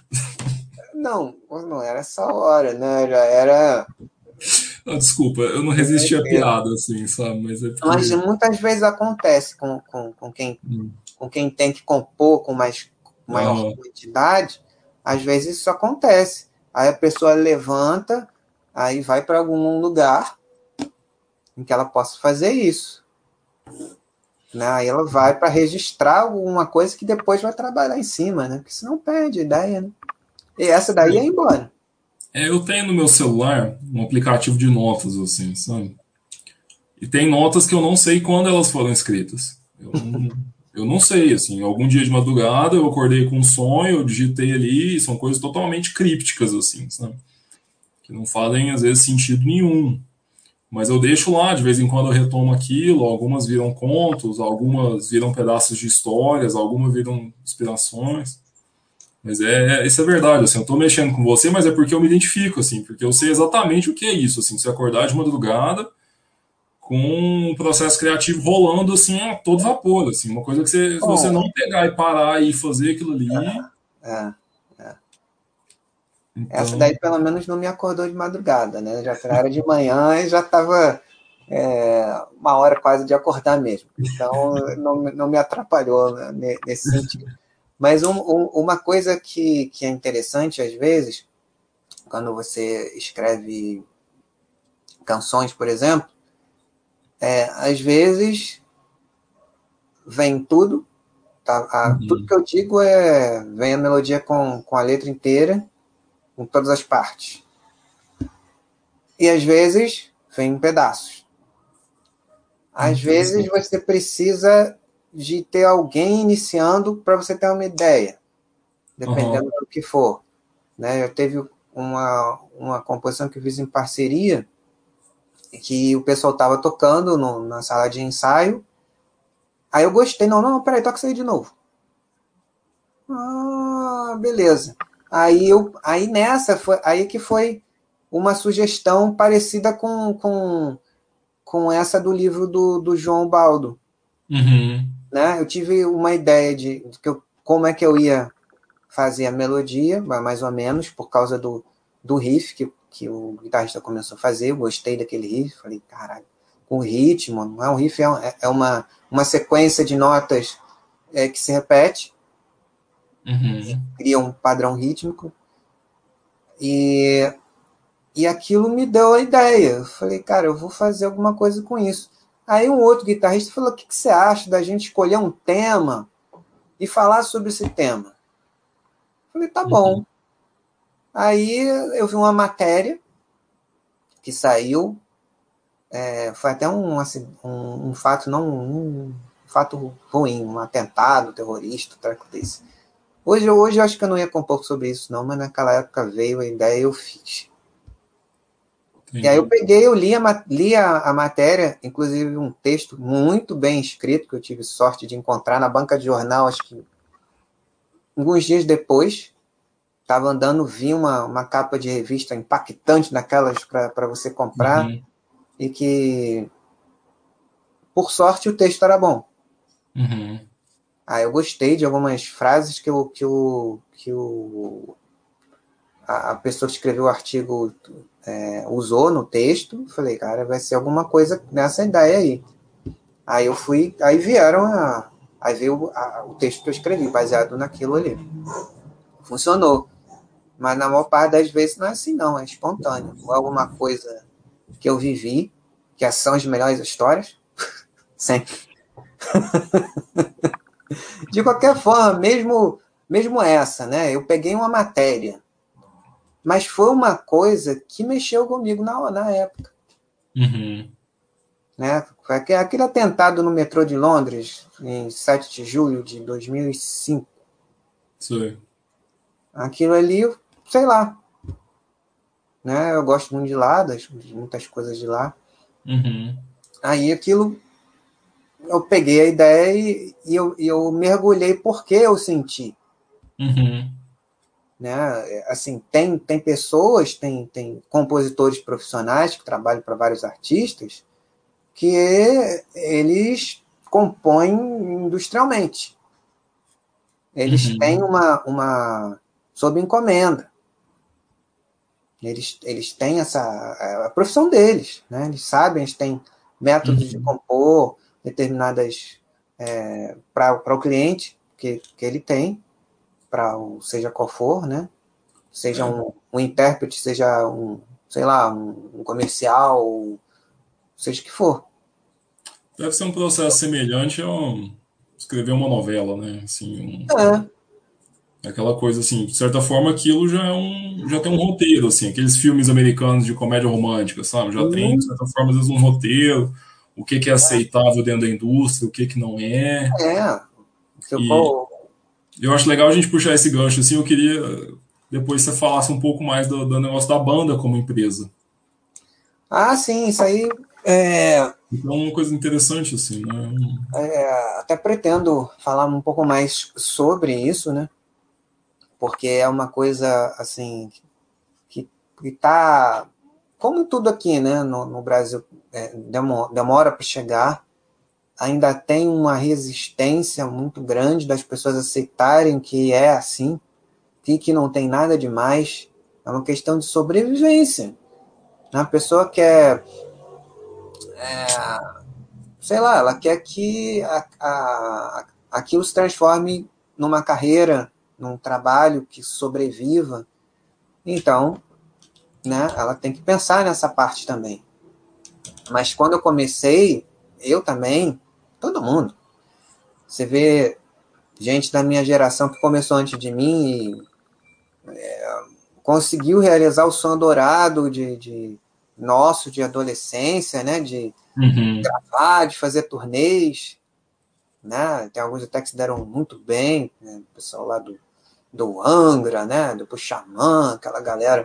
Não era essa hora, né? Já era Ah, desculpa, eu não bem mais resisti à cedo. piada, assim, sabe? Mas é Mas porque. muitas vezes acontece Hum, com quem tem que compor com maior aham. quantidade, às vezes isso acontece. Aí a pessoa levanta, aí vai para algum lugar em que ela possa fazer isso. Né? Aí ela vai para registrar alguma coisa que depois vai trabalhar em cima, né? Porque senão perde a ideia, né? E essa daí é embora. Eu tenho no meu celular um aplicativo de notas, assim, sabe? E tem notas que eu não sei quando elas foram escritas. Eu não sei, assim. Algum dia de madrugada eu acordei com um sonho, eu digitei ali, e são coisas totalmente crípticas, assim, sabe? Que não fazem, às vezes, sentido nenhum. Mas eu deixo lá, de vez em quando eu retomo aquilo. Algumas viram contos, algumas viram pedaços de histórias, algumas viram inspirações. Mas isso é verdade, assim, eu tô mexendo com você, mas é porque eu me identifico, assim, porque eu sei exatamente o que é isso, assim, você acordar de madrugada com um processo criativo rolando, assim, a todo vapor, assim, uma coisa que se você Bom, não pegar e parar e fazer aquilo ali, é, essa então, daí pelo menos não me acordou de madrugada, né? Já era de manhã e já estava uma hora quase de acordar mesmo. Então não me atrapalhou, né, nesse sentido. Mas uma coisa que é interessante às vezes, quando você escreve canções, por exemplo, às vezes vem tudo, tá? Tudo que uhum, eu digo vem a melodia com a letra inteira, com todas as partes. E às vezes vem em pedaços. Às vezes interessante. você precisa de ter alguém iniciando para você ter uma ideia, Aham, dependendo do que for. Né? Eu teve uma composição que eu fiz em parceria, que o pessoal estava tocando na sala de ensaio, Aí eu gostei, não, não, peraí, toca isso aí de novo. Beleza. Aí nessa, aí que foi uma sugestão parecida com essa do livro do João Baldo. Uhum. Né? Eu tive uma ideia de como é que eu ia fazer a melodia, mais ou menos, por causa do riff que o guitarrista começou a fazer. Eu gostei daquele riff, falei, caralho, com ritmo, não é um riff, é uma sequência de notas que se repete, Uhum. cria um padrão rítmico, e, e aquilo me deu a ideia. Eu falei, cara, eu vou fazer alguma coisa com isso. Aí um outro guitarrista falou, o que você acha da gente escolher um tema e falar sobre esse tema? Eu falei, tá bom. Uhum. Aí eu vi uma matéria que saiu, foi até um fato, não um fato ruim, um atentado terrorista, um treco desse. Hoje eu acho que eu não ia compor sobre isso, não, mas naquela época veio a ideia e eu fiz. E aí eu Entendi. peguei, eu li a matéria, inclusive um texto muito bem escrito, que eu tive sorte de encontrar na banca de jornal, acho que alguns dias depois. Estava andando, vi uma capa de revista impactante daquelas para você comprar, Uhum. e que, por sorte, o texto era bom. Uhum. Aí eu gostei de algumas frases a pessoa que escreveu o artigo usou no texto. Falei, cara, vai ser alguma coisa nessa ideia aí. Aí eu fui, aí vieram aí veio o texto que eu escrevi, baseado naquilo ali. Funcionou. Mas na maior parte das vezes não é assim, não, é espontâneo. Ou alguma coisa que eu vivi, que são as melhores histórias, sempre. De qualquer forma, mesmo essa, né? Eu peguei uma matéria, mas foi uma coisa que mexeu comigo na época, Uhum. né? Foi aquele atentado no metrô de Londres, em 7 de julho de 2005. Sei. Aquilo ali, sei lá, né? Eu gosto muito de lá, de muitas coisas de lá. Uhum. Aí aquilo, eu peguei a ideia e eu mergulhei porque eu senti. Uhum. Né? Assim, tem pessoas, tem compositores profissionais que trabalham para vários artistas que eles compõem industrialmente. Eles têm Uhum. uma sob encomenda. Eles têm a profissão deles, né? Eles sabem, eles têm métodos de Uhum. compor determinadas para o cliente que ele tem, seja qual for, né? Seja É, um intérprete, seja sei lá, um comercial, seja o que for. deve ser um processo semelhante a escrever uma novela, né? Assim, É, aquela coisa assim, de certa forma aquilo já tem um roteiro, assim, aqueles filmes americanos de comédia romântica, sabe? Já tem, de certa forma, às vezes um roteiro, o que que é aceitável dentro da indústria, o que que não é. é, E ficou. eu acho legal a gente puxar esse gancho, assim, eu queria depois você falasse um pouco mais do negócio da banda como empresa. Ah, sim, isso aí é, Então, é uma coisa interessante, assim, né? até pretendo falar um pouco mais sobre isso, né? Porque é uma coisa assim que tá, como tudo aqui, né? No Brasil demora para chegar, ainda tem uma resistência muito grande das pessoas aceitarem que é assim, que não tem nada demais, é uma questão de sobrevivência. A pessoa quer, sei lá, ela quer que aquilo se transforme numa carreira, num trabalho que sobreviva. Então, né, ela tem que pensar nessa parte também. Mas quando eu comecei, eu também, todo mundo, você vê gente da minha geração que começou antes de mim e conseguiu realizar o sonho dourado de nosso de adolescência, né, de Uhum. gravar, de fazer turnês, né? Tem alguns até que se deram muito bem, né? O pessoal lá do Angra, né? Do Xamã, aquela galera.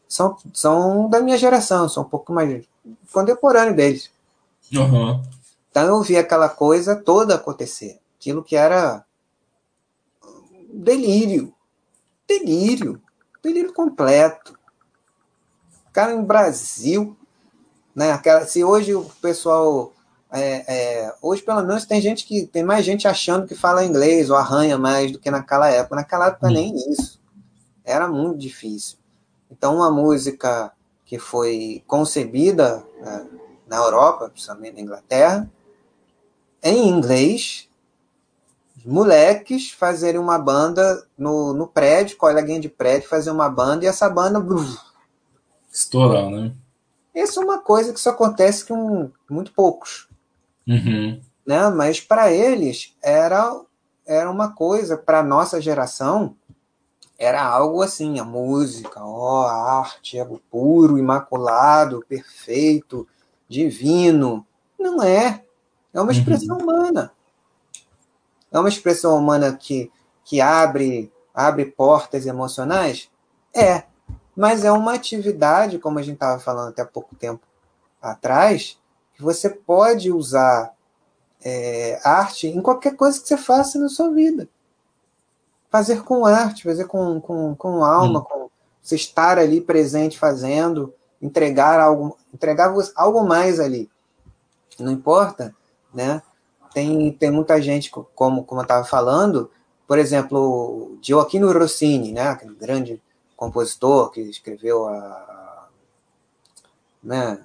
São da minha geração, são um pouco mais contemporâneo deles. Aham. Então eu vi aquela coisa toda acontecer. Aquilo que era delírio. Delírio. Delírio completo. Cara, em Brasil, né? Se hoje o pessoal. Hoje, pelo menos, tem mais gente achando que fala inglês ou arranha mais do que naquela época. Naquela época, nem isso. Era muito difícil. Então, uma música que foi concebida, né, na Europa, principalmente na Inglaterra, em inglês, os moleques fazerem uma banda no prédio, coleguinha de prédio, fazer uma banda, e essa banda. Estourar, né? Isso é uma coisa que só acontece com muito poucos. Uhum. Né? Mas para eles era uma coisa, para a nossa geração, era algo assim, a música, a arte, é puro, imaculado, perfeito, divino. Não é. É uma expressão Uhum. humana. É uma expressão humana que abre portas emocionais? É. Mas é uma atividade, como a gente estava falando até há pouco tempo atrás, que você pode usar arte em qualquer coisa que você faça na sua vida. Fazer com arte, fazer com alma, Uhum. com você estar ali presente fazendo, entregar algo mais ali. Não importa, né? Tem muita gente, como eu estava falando, por exemplo, Gioacchino Rossini, né? Aquele grande compositor que escreveu né?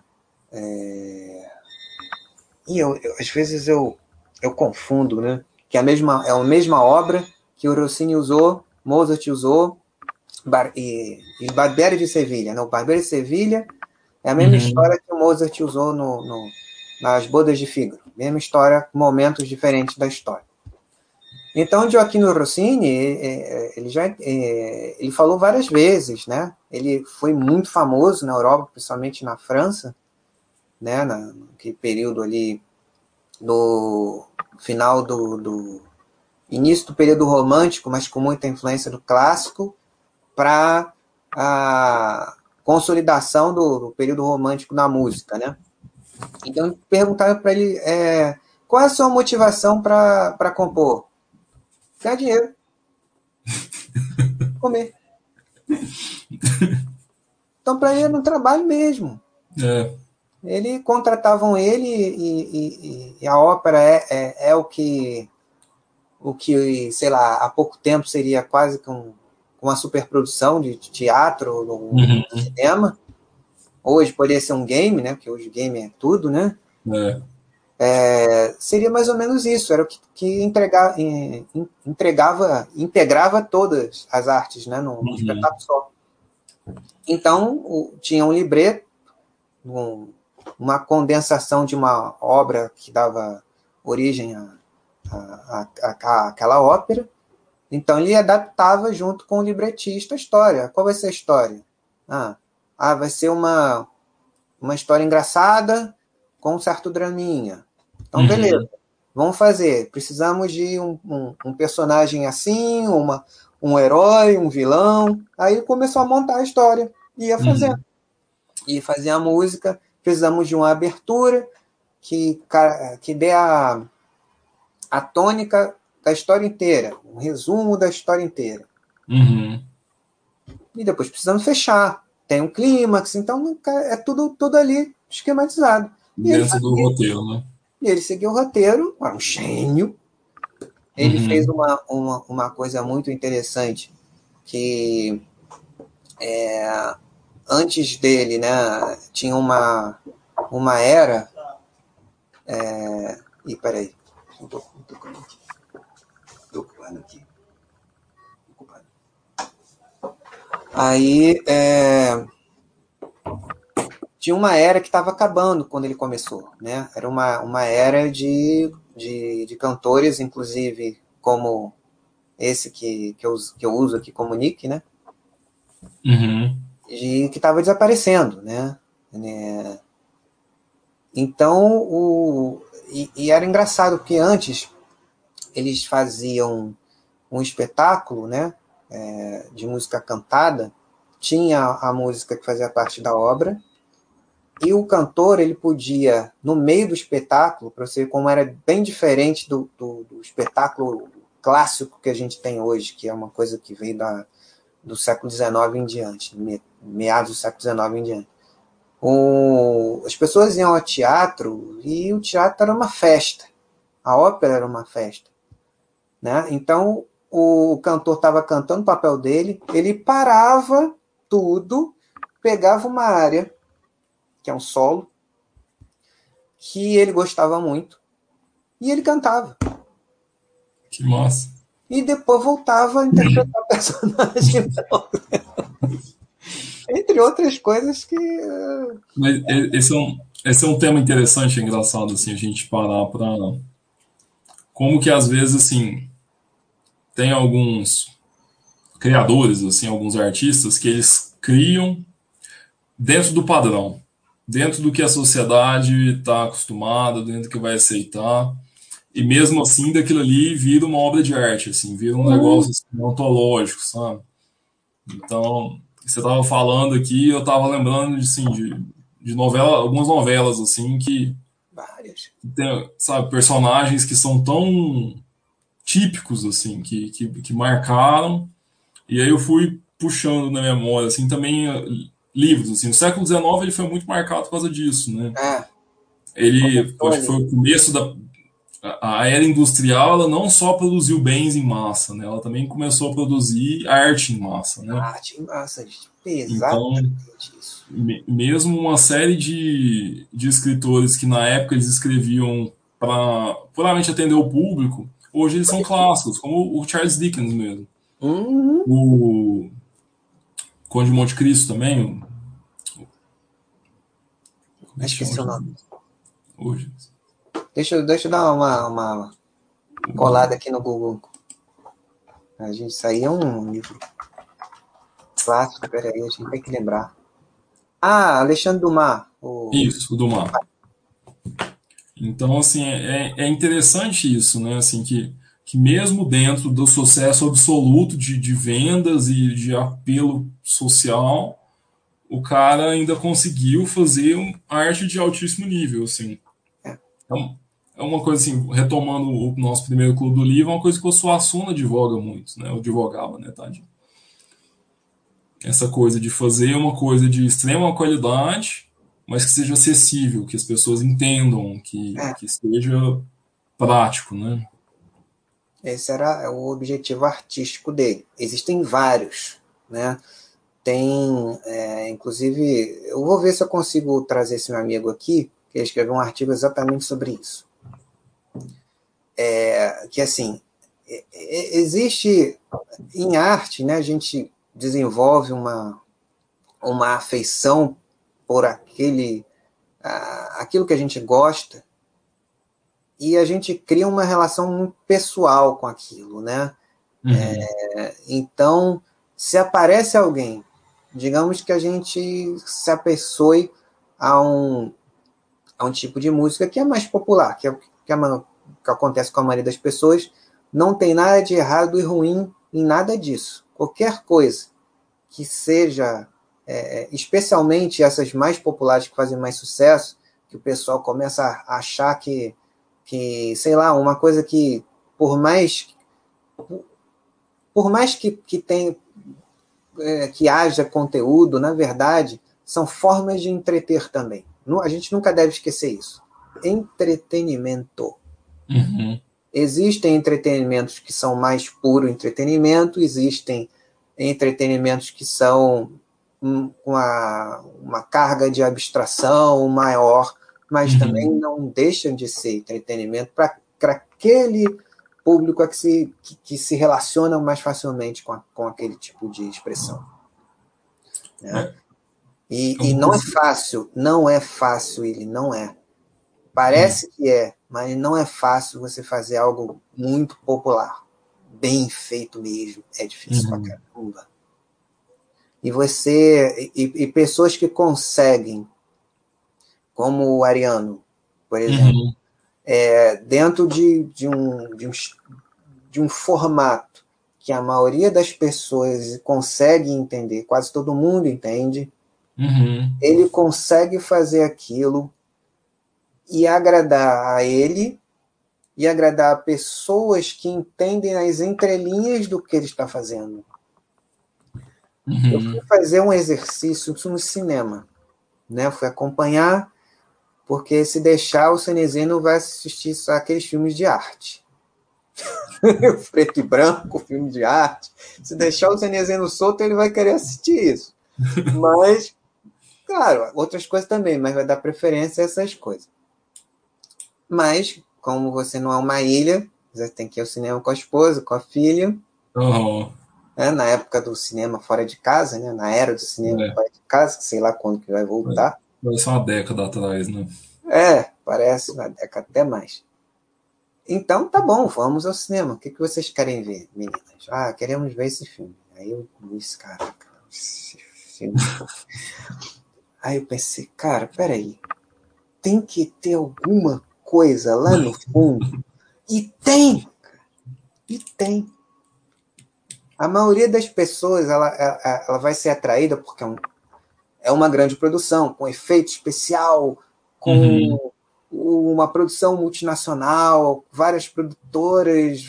E às vezes eu confundo, né? Que é a mesma obra que o Rossini usou, Mozart usou, e Barbieri de Sevilha. Né? O Barbieri de Sevilha é a mesma Uhum. história que o Mozart usou nas Bodas de Fígaro. Mesma história, momentos diferentes da história. Então, Gioacchino Rossini, ele falou várias vezes, né? Ele foi muito famoso na Europa, principalmente na França, né? Naquele período ali no final do início do período romântico, mas com muita influência do clássico, para a consolidação do período romântico na música, né? Então perguntaram para ele qual é a sua motivação para compor? Ganhar dinheiro, comer. Então para ele era um trabalho mesmo. É. Ele contratavam ele e a ópera é o que, sei lá, há pouco tempo seria quase que uma superprodução de teatro, no Uhum. cinema. Hoje poderia ser um game, né? Porque hoje game é tudo, né? É. Seria mais ou menos isso. Era o que integrava todas as artes, né? Num Uhum. espetáculo só. Então, tinha um libreto, uma condensação de uma obra que dava origem àquela ópera. Então ele adaptava junto com o libretista a história. Qual vai ser a história? Ah, vai ser uma história engraçada com um certo draminha. Então, beleza. Uhum. Vamos fazer. Precisamos de um personagem assim, um herói, um vilão. Aí começou a montar a história. Ia fazendo. Uhum. E fazia a música. Precisamos de uma abertura que dê a tônica da história inteira. Um resumo da história inteira. Uhum. E depois precisamos fechar. Tem um clímax, então é tudo ali esquematizado. E ele Dentro do fazia. roteiro, né? E ele seguiu o roteiro, era um gênio. Ele fez Uhum. uma coisa muito interessante, que antes dele, né, tinha uma era. Ih, peraí. Estou ocupando aqui. Ocupando. Aí tinha uma era que estava acabando quando ele começou, né? Era uma era de cantores, inclusive como esse que eu uso aqui como nick, né? Uhum. Que estava desaparecendo, né? Então, e era engraçado, porque antes eles faziam um espetáculo, né? De música cantada, tinha a música que fazia parte da obra, E o cantor, ele podia, no meio do espetáculo, para você ver como era bem diferente do espetáculo clássico que a gente tem hoje, que é uma coisa que veio do século XIX em diante, meados do século XIX em diante. As pessoas iam ao teatro e o teatro era uma festa, a ópera era uma festa, né? Então, o cantor estava cantando o papel dele, ele parava tudo, pegava uma área, que é um solo, que ele gostava muito, e ele cantava. Que massa. E depois voltava a interpretar o personagem. Entre outras coisas que... Mas esse é um tema interessante e engraçado, assim, a gente parar para como que às vezes, assim, tem alguns criadores, assim, alguns artistas que eles criam dentro do padrão, dentro do que a sociedade está acostumada, dentro do que vai aceitar, e mesmo assim daquilo ali vira uma obra de arte, assim, vira um negócio assim, ontológico, sabe? Então, você estava falando aqui, eu estava lembrando assim, de novela, algumas novelas assim Várias. que tem, sabe, personagens que são tão típicos assim, que marcaram. E aí eu fui puxando na memória assim também livros assim. O século XIX ele foi muito marcado por causa disso, né? Ele, Começou acho que ali. foi o começo da a era industrial, ela não só produziu bens em massa, né? Ela também começou a produzir arte em massa, né? Arte em massa, Então, exatamente isso. mesmo uma série de escritores que na época eles escreviam para puramente atender o público, hoje eles são clássicos, como o Charles Dickens mesmo. Uhum. O Conde de Monte Cristo também, como é que chama Esqueci o nome. hoje? Deixa eu dar uma colada aqui no Google. Isso aí é um livro clássico, peraí, a gente tem que lembrar. Alexandre Dumas. Isso, o do Mar. Então, assim, é interessante isso, né? Assim, que mesmo dentro do sucesso absoluto de vendas e de apelo social, o cara ainda conseguiu fazer arte de altíssimo nível, assim. É, Então, é uma coisa assim, retomando o nosso primeiro clube do livro, é uma coisa que o Suassuna advoga muito, né? Eu advogava, né, Tadinho? Essa coisa de fazer uma coisa de extrema qualidade, mas que seja acessível, que as pessoas entendam, é. que seja prático, né? Esse era o objetivo artístico dele. Existem vários, né? Tem, inclusive, eu vou ver se eu consigo trazer esse meu amigo aqui, que ele escreveu um artigo exatamente sobre isso. Que assim, existe em arte, né? A gente desenvolve uma afeição por aquilo que a gente gosta e a gente cria uma relação muito pessoal com aquilo, né? Uhum. Então, se aparece alguém, digamos que a gente se apessoe a um tipo de música que é mais popular, que acontece com a maioria das pessoas, não tem nada de errado e ruim em nada disso. Qualquer coisa que seja, especialmente essas mais populares que fazem mais sucesso, que o pessoal começa a achar sei lá, uma coisa que, por mais, que haja conteúdo, na verdade, são formas de entreter também. A gente nunca deve esquecer isso. Entretenimento. Uhum. Existem entretenimentos que são mais puro entretenimento, existem entretenimentos que são uma carga de abstração maior, mas também Uhum. não deixam de ser entretenimento para aquele público que se relaciona mais facilmente com aquele tipo de expressão. Né? É, é E uma não é coisa. fácil, não é fácil, ele não é. Uhum. Parece que é, mas não é fácil você fazer algo muito popular. Bem feito mesmo. É difícil pra Uhum. caramba. E pessoas que conseguem, como o Ariano, por exemplo, Uhum. dentro de um formato que a maioria das pessoas consegue entender, quase todo mundo entende, Uhum. ele consegue fazer aquilo e agradar a ele e agradar a pessoas que entendem as entrelinhas do que ele está fazendo. Eu fui Uhum. fazer um exercício no cinema, né? Eu fui acompanhar, porque se deixar o Cenezino vai assistir só aqueles filmes de arte. Preto e branco, filme de arte. Se deixar o Cenezino solto, ele vai querer assistir isso. Mas, claro, outras coisas também, mas vai dar preferência a essas coisas. Mas, como você não é uma ilha, você tem que ir ao cinema com a esposa, com a filha, Uhum. né? Na época do cinema fora de casa, né? Na era do cinema É, fora de casa, sei lá quando que vai voltar. vai ser uma década atrás, né? Parece uma década até mais. Então, tá bom, vamos ao cinema. O que vocês querem ver, meninas? Ah, queremos ver esse filme. Aí eu disse, caraca, esse filme. Aí eu pensei, cara, peraí, tem que ter alguma coisa lá no fundo. E tem! E tem. A maioria das pessoas ela vai ser atraída porque é uma grande produção, com efeito especial, Uhum. com uma produção multinacional, várias produtoras,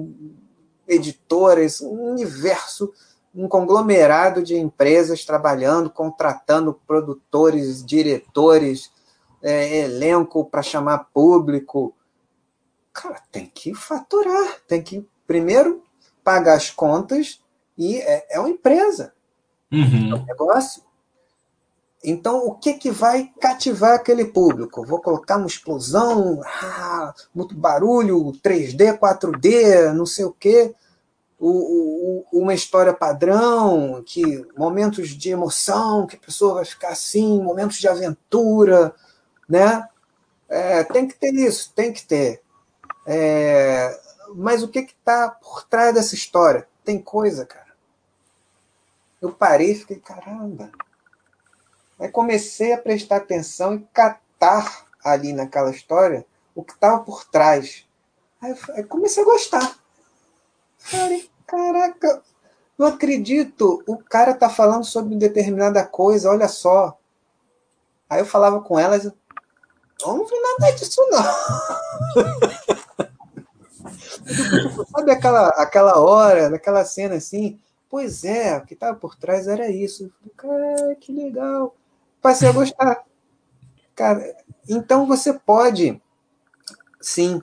editoras, um universo, um conglomerado de empresas trabalhando, contratando produtores, diretores, elenco para chamar público. Cara, tem que faturar, tem que primeiro pagar as contas e é uma empresa, é um Uhum. negócio. Então, o que vai cativar aquele público? Vou colocar uma explosão, muito barulho, 3D, 4D, não sei o quê, uma história padrão, que momentos de emoção, que a pessoa vai ficar assim, momentos de aventura, né? Tem que ter isso, tem que ter. Mas o que está por trás dessa história? Tem coisa, cara. Eu parei e fiquei, caramba. Aí comecei a prestar atenção e catar ali naquela história o que estava por trás. Aí comecei a gostar. Falei, caraca, não acredito, o cara tá falando sobre determinada coisa, olha só. Aí eu falava com elas, eu não vi nada disso não. Tipo, sabe aquela hora, naquela cena assim? Pois é, o que estava por trás era isso. Eu falei, cara, que legal. Passei a gostar. Cara, então você pode, sim,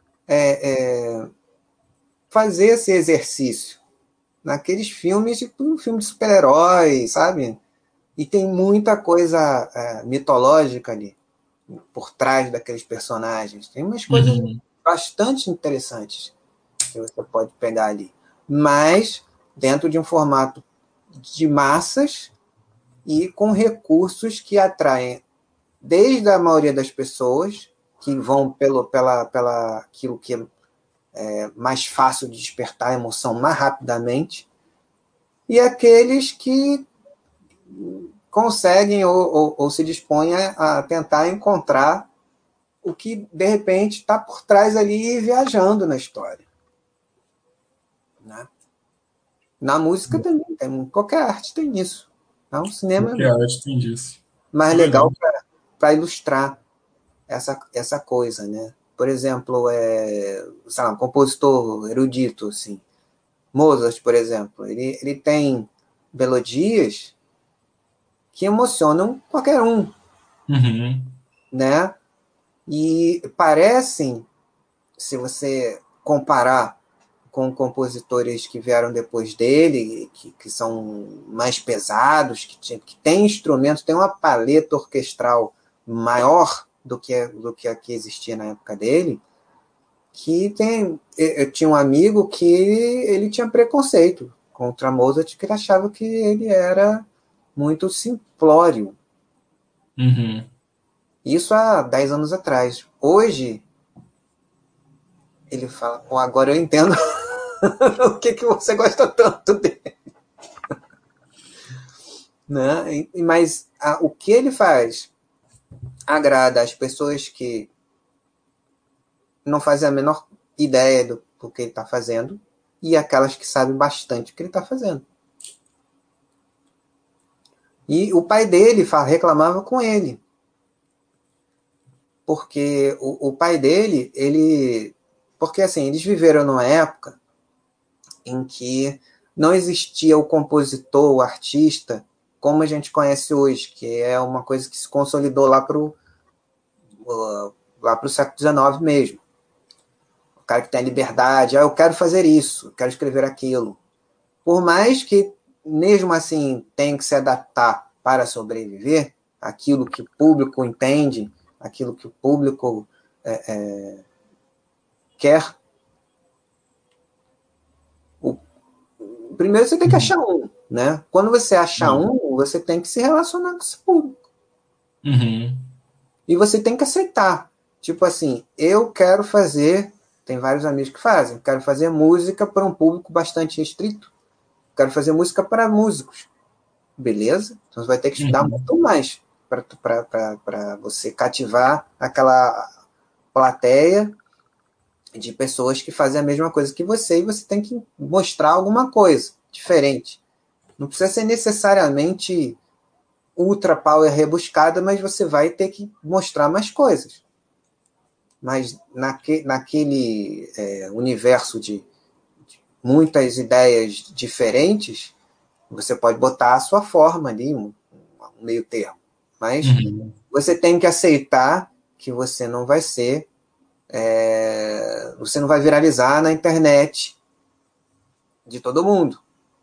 fazer esse exercício naqueles filmes, tipo um filme de super-heróis, sabe? E tem muita coisa mitológica ali, por trás daqueles personagens. Tem umas coisas Uhum. bastante interessantes que você pode pegar ali. Mas dentro de um formato de massas e com recursos que atraem desde a maioria das pessoas, que vão pela aquilo que é mais fácil de despertar a emoção mais rapidamente, e aqueles que conseguem ou se dispõem a tentar encontrar o que de repente está por trás ali viajando na história. Né? Na música também, qualquer arte tem isso. Então, o cinema é Qualquer arte tem disso. mais É legal verdade. para ilustrar essa coisa. Né? Por exemplo, sei lá, um compositor erudito, assim, Mozart, por exemplo, ele tem melodias que emocionam qualquer um, Uhum. né? E parecem, se você comparar com compositores que vieram depois dele, que são mais pesados, que têm instrumentos, tem uma paleta orquestral maior do que a que existia na época dele, que tem. Eu tinha um amigo que ele tinha preconceito contra Mozart, que ele achava que ele era muito simplório. Uhum. Isso há 10 anos atrás. Hoje, ele fala, pô, agora eu entendo o que você gosta tanto dele. Né? Mas o que ele faz agrada às pessoas que não fazem a menor ideia do que ele está fazendo e aquelas que sabem bastante o que ele está fazendo. E o pai dele reclamava com ele, porque o pai dele, porque assim, eles viveram numa época em que não existia o compositor, o artista, como a gente conhece hoje, que é uma coisa que se consolidou lá pro século XIX mesmo. O cara que tem a liberdade, eu quero fazer isso, eu quero escrever aquilo. Por mais que, mesmo assim, tenha que se adaptar para sobreviver, aquilo que o público entende, aquilo que o público quer, o, primeiro você tem que achar um, né? Quando você achar um, você tem que se relacionar com esse público. Uhum. E você tem que aceitar. Tipo assim, eu quero fazer, tem vários amigos que fazem, quero fazer música para um público bastante restrito. Quero fazer música para músicos. Beleza? Então você vai ter que estudar Uhum. muito mais para você cativar aquela plateia de pessoas que fazem a mesma coisa que você e você tem que mostrar alguma coisa diferente. Não precisa ser necessariamente ultra power rebuscada, mas você vai ter que mostrar mais coisas. Mas naquele universo de muitas ideias diferentes, você pode botar a sua forma ali, um meio termo. Mas Uhum. você tem que aceitar que você não vai ser, você não vai viralizar na internet de todo mundo.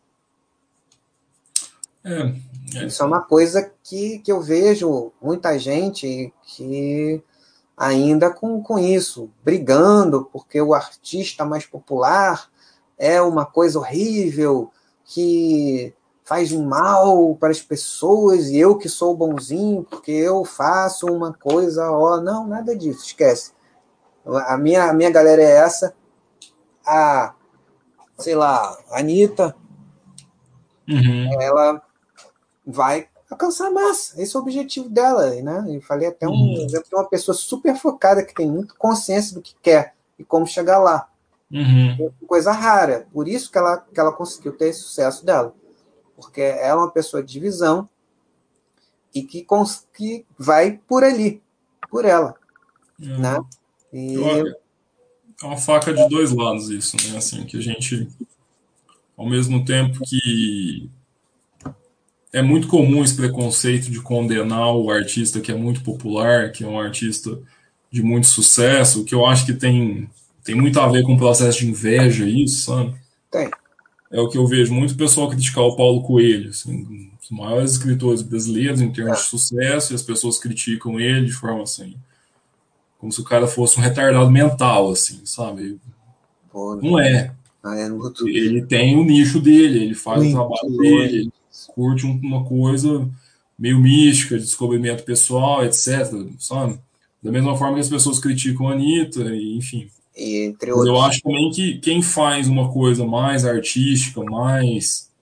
É, Isso é uma coisa que eu vejo muita gente que ainda com isso, brigando porque o artista mais popular é uma coisa horrível, que faz um mal para as pessoas e eu que sou bonzinho porque eu faço uma coisa, ó, não, nada disso, esquece. A minha galera é essa, a, sei lá, a Anitta, uhum. ela vai alcançar massa, esse é o objetivo dela, né? Eu falei até um Uhum. exemplo de uma pessoa super focada que tem muito consciência do que quer e como chegar lá. Uhum. Coisa rara, por isso que ela conseguiu ter esse sucesso dela, porque ela é uma pessoa de visão e que vai por ali, por ela, né? É. E É uma faca de dois lados isso, né? Assim, que a gente, ao mesmo tempo que é muito comum esse preconceito de condenar o artista que é muito popular, que é um artista de muito sucesso, que eu acho que tem muito a ver com o processo de inveja isso, sabe? tem, É o que eu vejo muito pessoal criticar o Paulo Coelho, assim, um dos maiores escritores brasileiros em termos de é, sucesso, e as pessoas criticam ele de forma assim, como se o cara fosse um retardado mental, assim, sabe? pô, Não é. é muito, Ele tem o nicho dele, ele faz o muito trabalho dele, longe ele disso. curte uma coisa meio mística, de descobrimento pessoal, etc, sabe? Da mesma forma que as pessoas criticam a Anitta, e, enfim. E entre Mas eu outros. acho também que quem faz uma coisa mais artística, mais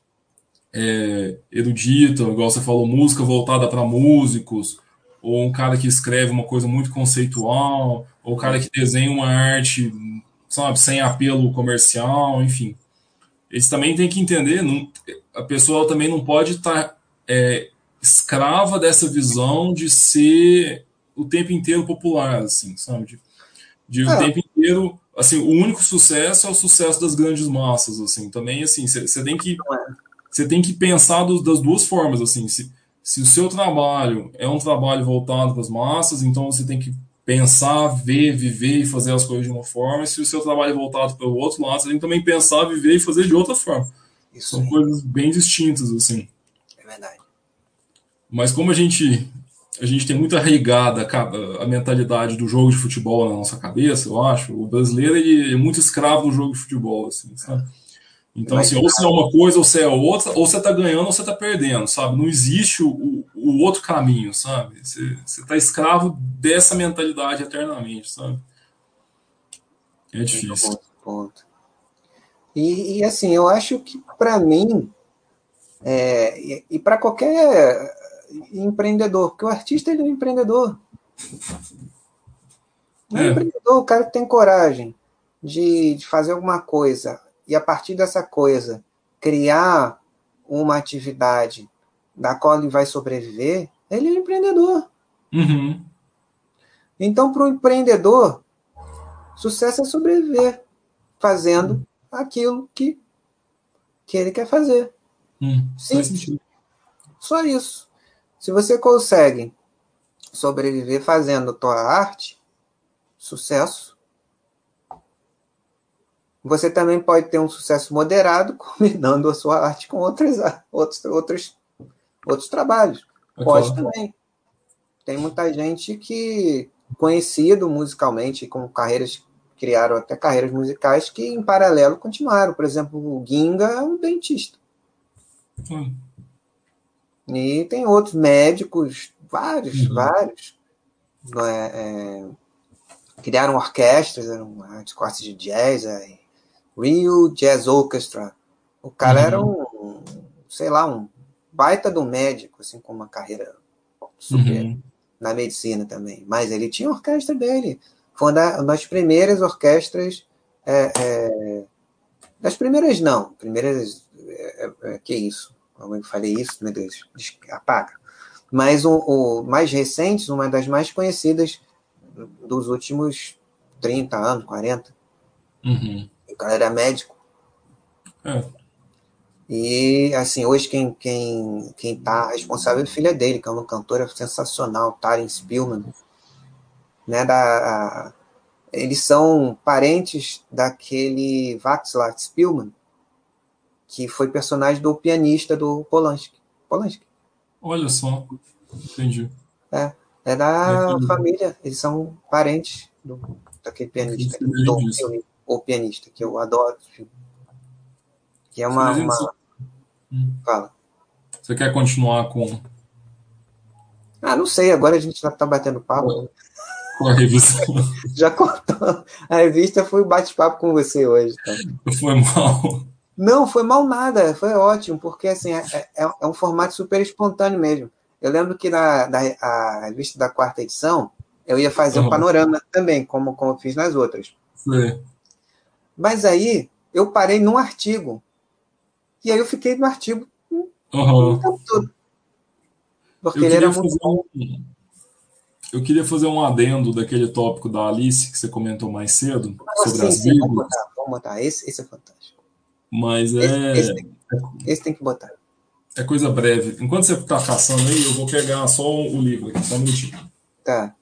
erudita, igual você falou, música voltada para músicos, ou um cara que escreve uma coisa muito conceitual, ou um cara que desenha uma arte, sabe, sem apelo comercial, enfim. Eles também têm que entender, não, a pessoa também não pode estar escrava dessa visão de ser o tempo inteiro popular, assim, sabe? De o É, tempo inteiro, assim, o único sucesso é o sucesso das grandes massas, assim. Também, assim, não é. você tem que pensar das duas formas, assim. Se o seu trabalho é um trabalho voltado para as massas, então você tem que pensar, ver, viver e fazer as coisas de uma forma. E se o seu trabalho é voltado para o outro lado, você tem que também pensar, viver e fazer de outra forma. Isso São aí, coisas bem distintas, assim. é verdade. Mas como a gente tem muito arraigada a mentalidade do jogo de futebol na nossa cabeça, eu acho, o brasileiro ele é muito escravo do jogo de futebol, assim, sabe? Então, assim, ou Imagina, você é uma coisa, ou você é outra, ou você tá ganhando, ou você tá perdendo, sabe? Não existe o outro caminho, sabe? Você tá escravo dessa mentalidade eternamente, sabe? É muito difícil. bom esse ponto. E assim, eu acho que para mim, e para qualquer empreendedor, porque o artista ele é um empreendedor. Não é um É, empreendedor, o cara que tem coragem de fazer alguma coisa e a partir dessa coisa criar uma atividade da qual ele vai sobreviver, ele é um empreendedor. Uhum. Então, para o empreendedor, sucesso é sobreviver, fazendo aquilo que ele quer fazer. Faz Simples. sentido. Só isso. Se você consegue sobreviver fazendo tua arte, sucesso. Você também pode ter um sucesso moderado combinando a sua arte com outros trabalhos. É Pode claro. também. Tem muita gente que, conhecido musicalmente, com carreiras, criaram até carreiras musicais que, em paralelo, continuaram. Por exemplo, o Ginga é um dentista. Hum. E tem outros médicos, vários, Uhum. vários. Criaram orquestras, eram cortes de jazz, Rio Jazz Orchestra. O cara era Uhum. sei lá, um baita do médico, assim, com uma carreira super Uhum. na medicina também. Mas ele tinha a orquestra dele. Foi uma das primeiras orquestras. Das primeiras, não. Primeiras. Que isso? Como eu falei isso? Meu Deus, apaga. Mas o mais recente, uma das mais conhecidas dos últimos 30 anos, 40. Uhum. O cara era médico. É. E, assim, hoje quem tá responsável é a filha dele, que é uma cantora sensacional, Taryn Spillman, né, eles são parentes daquele Václav Spillman, que foi personagem do pianista do Polanski. Polanski. Olha só. Entendi. É, é da Bacana. família, eles são parentes daquele Não pianista, sabia do disso. filme O Pianista, que eu adoro, que é Celestino, fala. você quer continuar Ah, não sei, agora a gente já tá batendo papo. com a revisão? Já cortou. A revista foi um bate-papo com você hoje. Então. Foi mal. Não, foi mal nada, foi ótimo, porque assim, é um formato super espontâneo mesmo. Eu lembro que a revista da quarta edição, eu ia fazer o Uhum. panorama também, como eu fiz nas outras. Sei. Mas aí eu parei num artigo. E aí eu fiquei no artigo o Uhum. tempo todo, porque Eu ele era queria muito fazer bom. eu queria fazer um adendo daquele tópico da Alice que você comentou mais cedo, Ah, sobre sim, as sim, vamos vírgulas, botar, vamos botar. Esse é fantástico. mas Esse, esse, tem, esse tem que botar. é coisa breve. Enquanto você está caçando aí, eu vou pegar só o livro aqui, só um minutinho. Tá.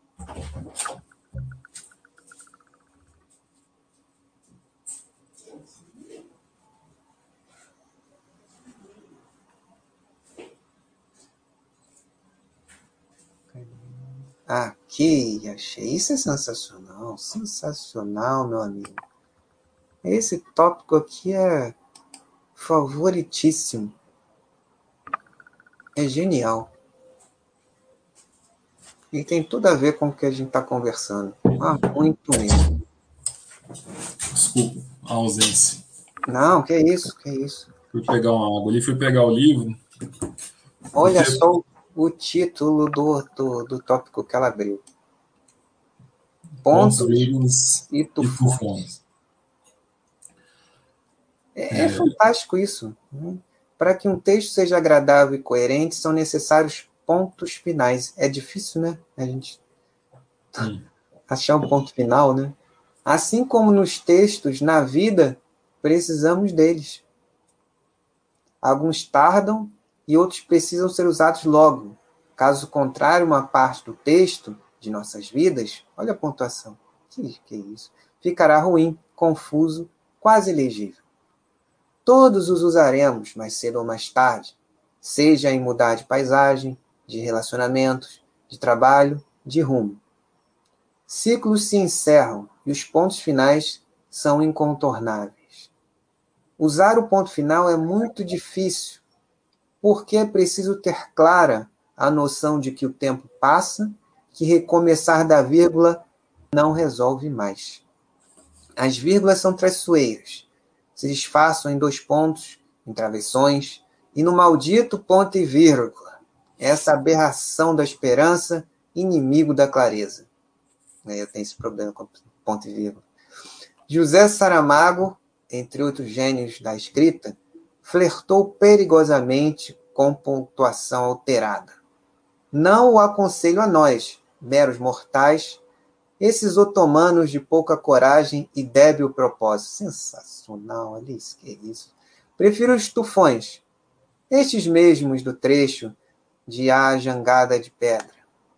Aqui, achei. Isso é sensacional. Sensacional, meu amigo. Esse tópico aqui é favoritíssimo. É genial. E tem tudo a ver com o que a gente está conversando. Ah, muito mesmo. Desculpa a ausência. Não, que isso, que isso. Fui pegar uma água ali, fui pegar o livro, Olha porque só o título do tópico que ela abriu. pontos, Pontos vírgulas e e tufões. tufões. É fantástico isso. Né? Para que um texto seja agradável e coerente, são necessários pontos finais. É difícil, né? A gente Hum. achar um ponto final, né? Assim como nos textos, na vida, precisamos deles. Alguns tardam e outros precisam ser usados logo. Caso contrário, uma parte do texto de nossas vidas, olha a pontuação, que é isso, ficará ruim, confuso, quase ilegível. Todos os usaremos, mais cedo ou mais tarde, seja em mudar de paisagem, de relacionamentos, de trabalho, de rumo. Ciclos se encerram e os pontos finais são incontornáveis. Usar o ponto final é muito difícil, porque é preciso ter clara a noção de que o tempo passa, que recomeçar da vírgula não resolve mais. As vírgulas são traiçoeiras, se disfarçam em dois pontos, em travessões, e no maldito ponto e vírgula, essa aberração da esperança, inimigo da clareza. Eu tenho esse problema com ponto e vírgula. José Saramago, entre outros gênios da escrita, flertou perigosamente com pontuação alterada. Não o aconselho a nós, meros mortais, esses otomanos de pouca coragem e débil propósito. Sensacional, Alice, que isso. Prefiro os tufões, estes mesmos do trecho de A Jangada de Pedra.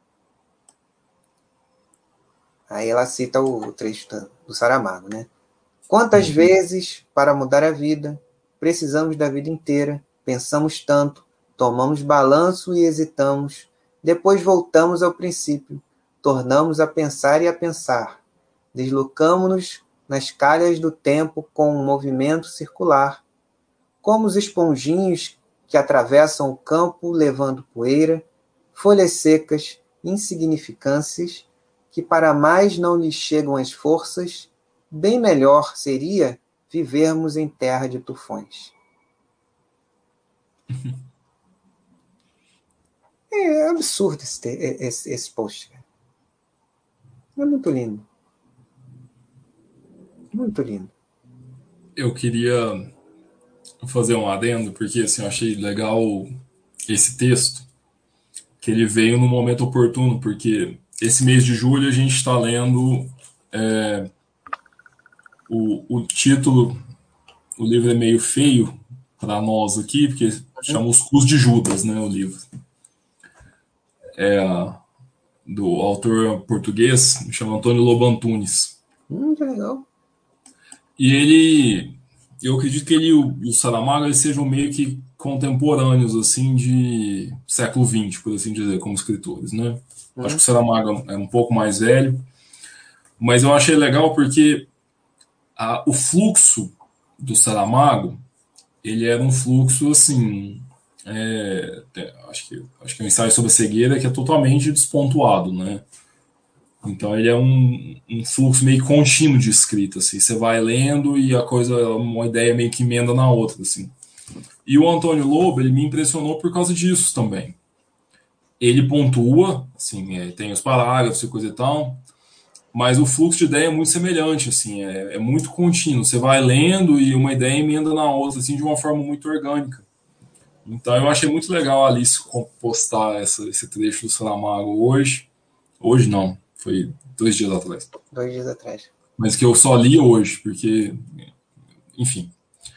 Aí ela cita o trecho do Saramago, né? Quantas vezes, para mudar a vida, precisamos da vida inteira, pensamos tanto, tomamos balanço e hesitamos, depois voltamos ao princípio, tornamos a pensar e a pensar, deslocamo-nos nas calhas do tempo com um movimento circular, como os esponjinhos que atravessam o campo levando poeira, folhas secas, insignificâncias, que para mais não lhes chegam as forças, bem melhor seria vivermos em terra de tufões. É absurdo esse post. É muito lindo. Muito lindo. Eu queria fazer um adendo, porque assim, eu achei legal esse texto, que ele veio no momento oportuno, porque esse mês de julho a gente está lendo o título, o livro é meio feio para nós aqui, porque chama Os Cus de Judas, né, o livro. Do autor português, chama Antônio Lobo Antunes. Que legal. E ele, eu acredito que ele e o Saramago eles sejam meio que contemporâneos, assim, de século XX, por assim dizer, como escritores, né? Acho que o Saramago é um pouco mais velho, mas eu achei legal porque o fluxo do Saramago, ele era um fluxo, assim, acho que é um ensaio sobre a cegueira que é totalmente despontuado, né? Então ele é um fluxo meio contínuo de escrita, assim. Você vai lendo e a coisa, uma ideia meio que emenda na outra, assim. E o Antônio Lobo, ele me impressionou por causa disso também. Ele pontua, assim, tem os parágrafos e coisa e tal, mas o fluxo de ideia é muito semelhante, assim, é muito contínuo. Você vai lendo e uma ideia emenda na outra, assim, de uma forma muito orgânica. Então eu achei muito legal a Alice postar esse trecho do Saramago hoje. Hoje não, foi 2 dias atrás. 2 dias atrás. Mas que eu só li hoje, porque, enfim.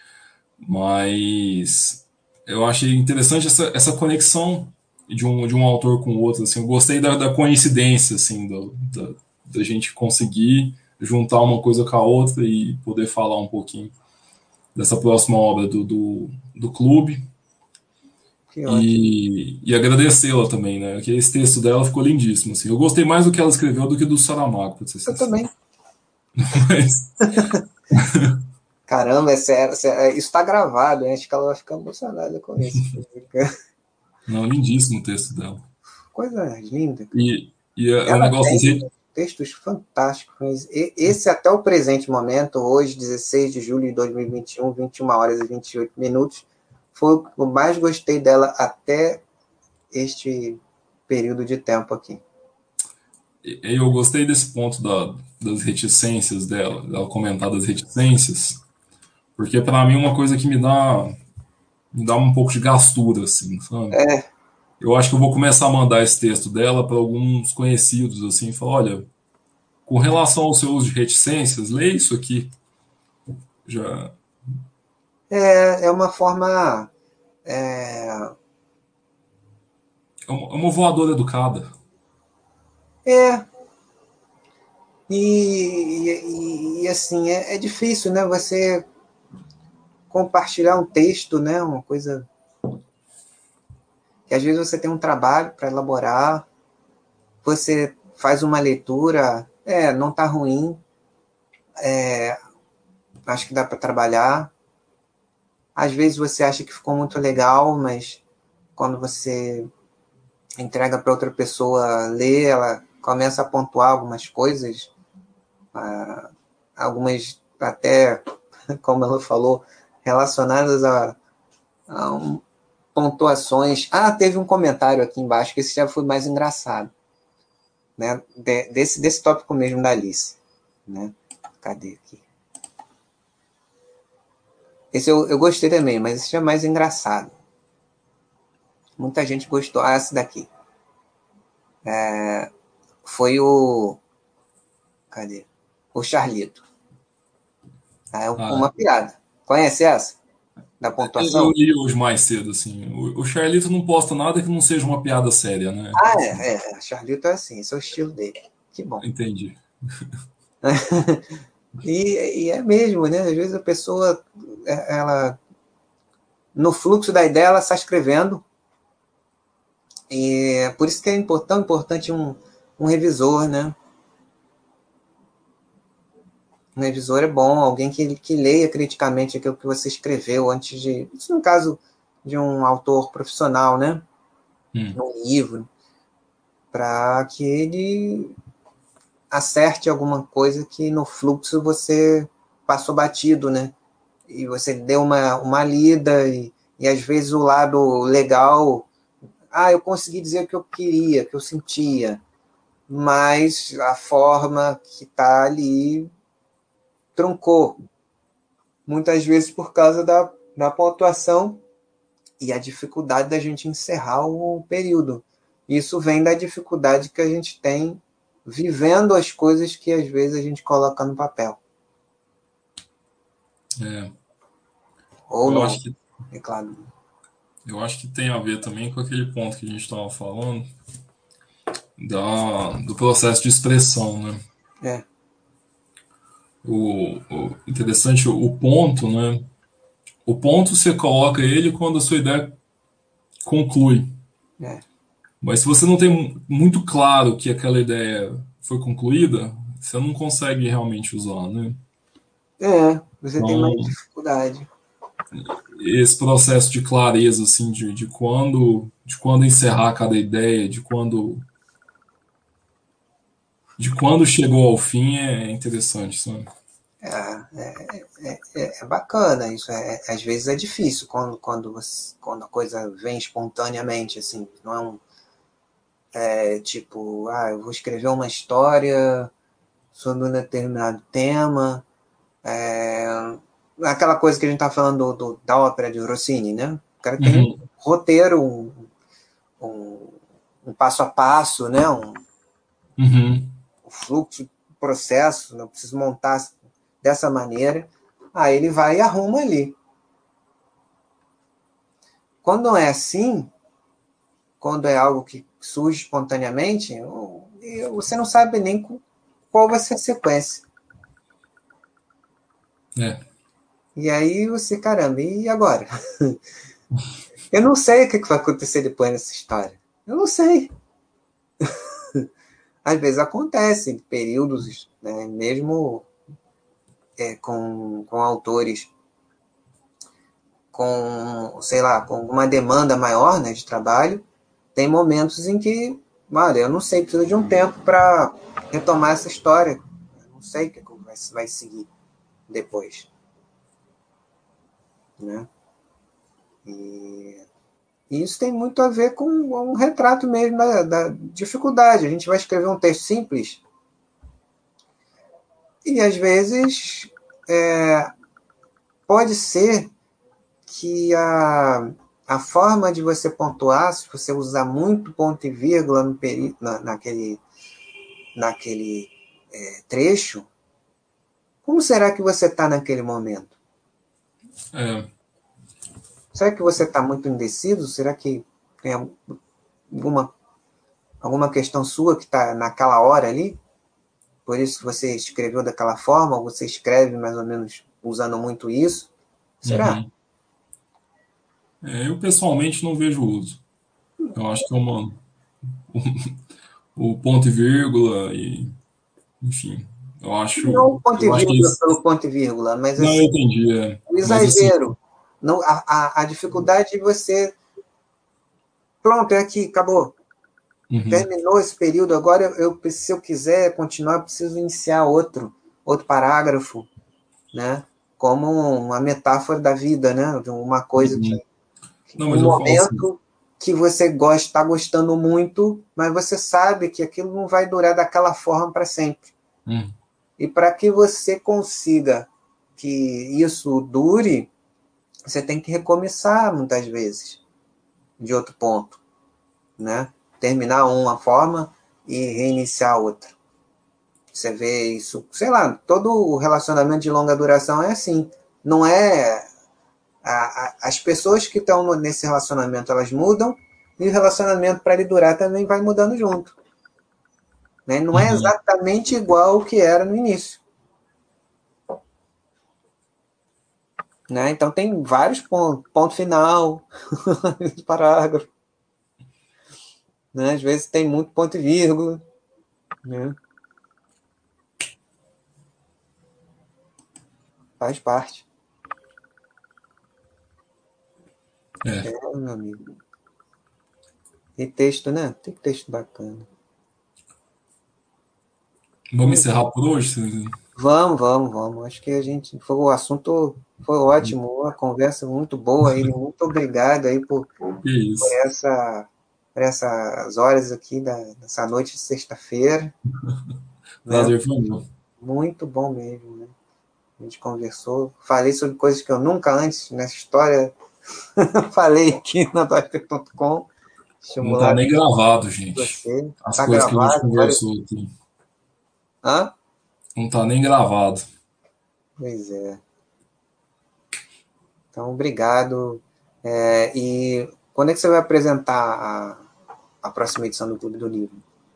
Mas eu achei interessante essa conexão de um autor com o outro. Assim, eu gostei da coincidência, assim, da gente conseguir juntar uma coisa com a outra e poder falar um pouquinho dessa próxima obra do clube. Que ótimo. E agradecê-la também, né? Porque esse texto dela ficou lindíssimo. Assim. Eu gostei mais do que ela escreveu do que do Saramago, para ser Eu sincero. também. Mas, Caramba, é sério, isso está gravado, hein? Acho que ela vai ficar emocionada com isso. não, lindíssimo o texto dela. Coisa linda. E o Ela negócio tem das redes. textos fantásticos. Mas esse até o presente momento, hoje, 16 de julho de 2021, 21 horas e 28 minutos, foi o mais gostei dela até este período de tempo aqui. Eu gostei desse ponto das reticências dela comentar das reticências, porque para mim é uma coisa que me dá um pouco de gastura, assim, sabe? É, Eu acho que eu vou começar a mandar esse texto dela para alguns conhecidos, assim, e falar, olha, com relação ao seu uso de reticências, leia isso aqui. Já é uma forma. É, é uma voadora educada. é e assim, é difícil, né? Você compartilhar um texto, né? Uma coisa que às vezes você tem um trabalho para elaborar, você faz uma leitura, não está ruim, acho que dá para trabalhar. Às vezes você acha que ficou muito legal, mas quando você entrega para outra pessoa ler, ela começa a pontuar algumas coisas, algumas até, como ela falou, relacionadas a pontuações. Teve um comentário aqui embaixo que esse já foi mais engraçado, né? Desse tópico mesmo da Alice, né? Cadê aqui? Esse eu gostei também, mas esse é mais engraçado. muita gente gostou. Ah, essa daqui. Foi o... Cadê? O Charlito. É Ah, uma piada. Conhece essa? Da eu pontuação? li hoje mais cedo, assim. O Charlito não posta nada que não seja uma piada séria, né? Ah, Assim, Charlito é assim, esse é o estilo dele. Que bom. entendi. E é mesmo, né? Às vezes a pessoa, ela, no fluxo da ideia, ela está escrevendo. E é por isso que é tão importante um revisor, né? Um revisor é bom, alguém que leia criticamente aquilo que você escreveu antes de. Isso no caso de um autor profissional, né? Hum, Um livro, para que ele acerte alguma coisa que no fluxo você passou batido, né? E você deu uma lida, e às vezes o lado legal. Ah, eu consegui dizer o que eu queria, o que eu sentia, mas a forma que está ali truncou. Muitas vezes por causa da pontuação e a dificuldade da gente encerrar o período. Isso vem da dificuldade que a gente tem vivendo as coisas que às vezes a gente coloca no papel. é, Ou eu no acho que teclado. eu acho que tem a ver também com aquele ponto que a gente estava falando do processo de expressão, né? É, O interessante, o ponto, né? O ponto você coloca ele quando a sua ideia conclui. é. Mas se você não tem muito claro que aquela ideia foi concluída, você não consegue realmente usar, né? Você tem mais Então, dificuldade. esse processo de clareza, assim, de quando encerrar cada ideia, de quando chegou ao fim é interessante, sabe? É bacana isso. Às vezes é difícil quando a coisa vem espontaneamente, assim. Não é tipo, eu vou escrever uma história sobre um determinado tema. É, aquela coisa que a gente está falando da ópera de Rossini, né? O cara tem um Uhum, roteiro, um, um passo a passo, né? uhum, Um fluxo, processo, né? Eu preciso montar dessa maneira. Aí ele vai e arruma ali. Quando não é assim, quando é algo que surge espontaneamente, você não sabe nem qual vai ser a sequência. é, E aí você, caramba, e agora? Eu não sei o que vai acontecer depois nessa história. Eu não sei. Às vezes acontece períodos, né, mesmo com autores com, sei lá, com uma demanda maior, né, de trabalho, tem momentos em que, olha, eu não sei, preciso de um tempo para retomar essa história. Eu não sei o que vai seguir depois, né? E isso tem muito a ver com um retrato mesmo da dificuldade. A gente vai escrever um texto simples e às vezes pode ser que a forma de você pontuar, se você usar muito ponto e vírgula naquele trecho, como será que você está naquele momento? é, Será que você está muito indeciso? Será que tem alguma, alguma questão sua que está naquela hora ali? Por isso que você escreveu daquela forma, ou você escreve mais ou menos usando muito isso? Será? uhum. Eu pessoalmente não vejo uso. Eu acho que é o ponto e vírgula e, enfim, Não ponto e eu acho que vírgula pelo ponto e vírgula, mas não, assim, eu entendi, o mas assim, exagero. Não, a dificuldade de você. Pronto, é aqui, acabou. uhum, Terminou esse período, agora se eu quiser continuar, eu preciso iniciar outro parágrafo, né? Como uma metáfora da vida, né? Uma coisa uhum. Não, um mas eu falo assim, momento que você gosta, está gostando muito, mas você sabe que aquilo não vai durar daquela forma para sempre. hum, E para que você consiga que isso dure, você tem que recomeçar muitas vezes, de outro ponto, né? Terminar uma forma e reiniciar outra. Você vê isso, sei lá, todo relacionamento de longa duração é assim. Não é as pessoas que estão nesse relacionamento, elas mudam e o relacionamento para ele durar também vai mudando junto, né? Não é Uhum. exatamente igual o que era no início, né? Então tem vários pontos, ponto final, parágrafo, né? Às vezes tem muito ponto e vírgula, né? Faz parte. É. É, meu amigo. E texto, né? Tem texto bacana. Vamos Mas encerrar por hoje? vamos, vamos, vamos. Acho que a gente foi o assunto foi ótimo, uma conversa muito boa aí. Muito obrigado aí Que por isso. por essas horas aqui dessa noite de sexta-feira, né? Prazer foi meu. Muito bom mesmo, né? A gente conversou, falei sobre coisas que eu nunca antes nessa história falei aqui na Doctor.com, Não tá estimular nem gravado, gente. você. As Tá coisas que a gente gravado, olha. conversou aqui. Hã? Não tá nem gravado. Pois é. Então, obrigado. E quando é que você vai apresentar a próxima edição do Clube do Livro?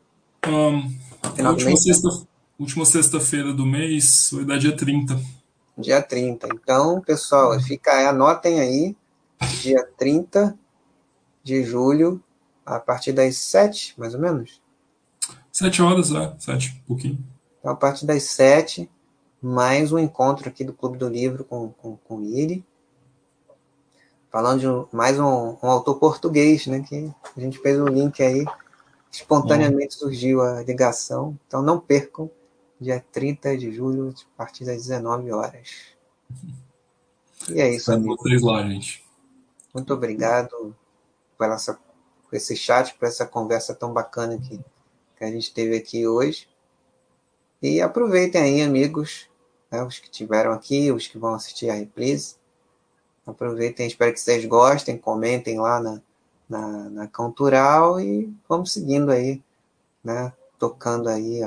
A Final do mês, né? última sexta-feira do mês vai dar dia 30. Dia 30. Então, pessoal, anotem aí, dia 30 de julho, a partir das 7, mais ou menos. 7 horas, é. 7, um pouquinho. Então, a partir das 7, mais um encontro aqui do Clube do Livro com ele, falando de mais um autor português, né? Que a gente fez um link aí, Ó, espontaneamente surgiu a ligação. Então, não percam, dia 30 de julho, a partir das 19 horas. E é isso, espero amigo. vocês lá, gente. Muito obrigado por esse chat, por essa conversa tão bacana que a gente teve aqui hoje. E aproveitem aí, amigos, né, os que estiveram aqui, os que vão assistir a reprise. Aproveitem, espero que vocês gostem, comentem lá na Cultural e vamos seguindo aí, né? Tocando aí,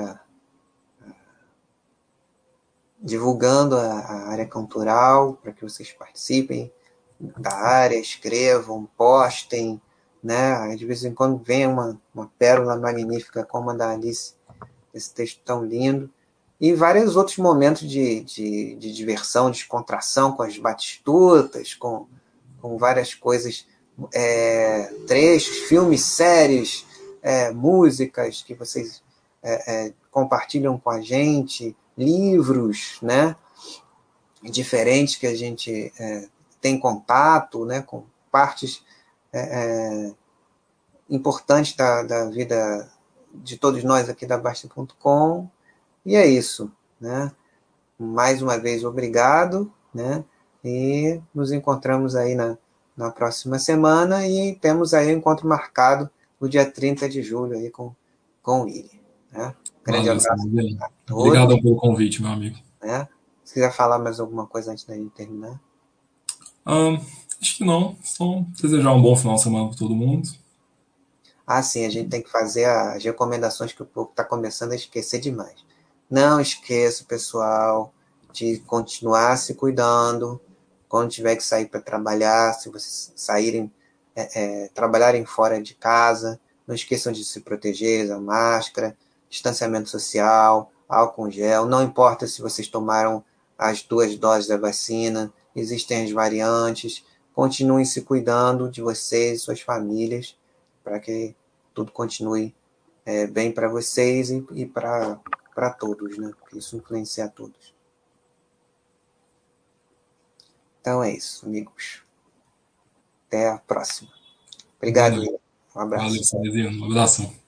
divulgando a área cultural para que vocês participem da área, escrevam, postem, né? De vez em quando vem uma pérola magnífica como a da Alice, esse texto tão lindo. E vários outros momentos de diversão, descontração com as batistutas, com várias coisas, trechos, filmes, séries, músicas que vocês compartilham com a gente, livros, né? Diferentes que a gente tem contato, né? Com partes importantes da vida de todos nós aqui da Basta.com. E é isso, né? Mais uma vez, obrigado, né? E nos encontramos aí na próxima semana e temos aí o um encontro marcado no dia 30 de julho aí com o William, né? Grande Valeu, abraço Silvio. a Obrigadão todos, pelo convite, meu amigo. né? Se quiser falar mais alguma coisa antes da gente terminar. Ah, acho que não. Só desejar um bom final de semana para todo mundo. Ah, sim, a gente tem que fazer as recomendações que o povo está começando a esquecer demais. Não esqueça, pessoal, de continuar se cuidando quando tiver que sair para trabalhar, se vocês saírem, trabalharem fora de casa, não esqueçam de se proteger, usar máscara, distanciamento social, álcool gel, não importa se vocês tomaram as 2 doses da vacina, existem as variantes, continuem se cuidando de vocês e suas famílias, para que tudo continue bem para vocês e para todos, né? Porque isso influencia a todos. Então é isso, amigos. Até a próxima. Obrigado, Valeu. Ian. Um Valeu, abraço. Silvio. Um abração.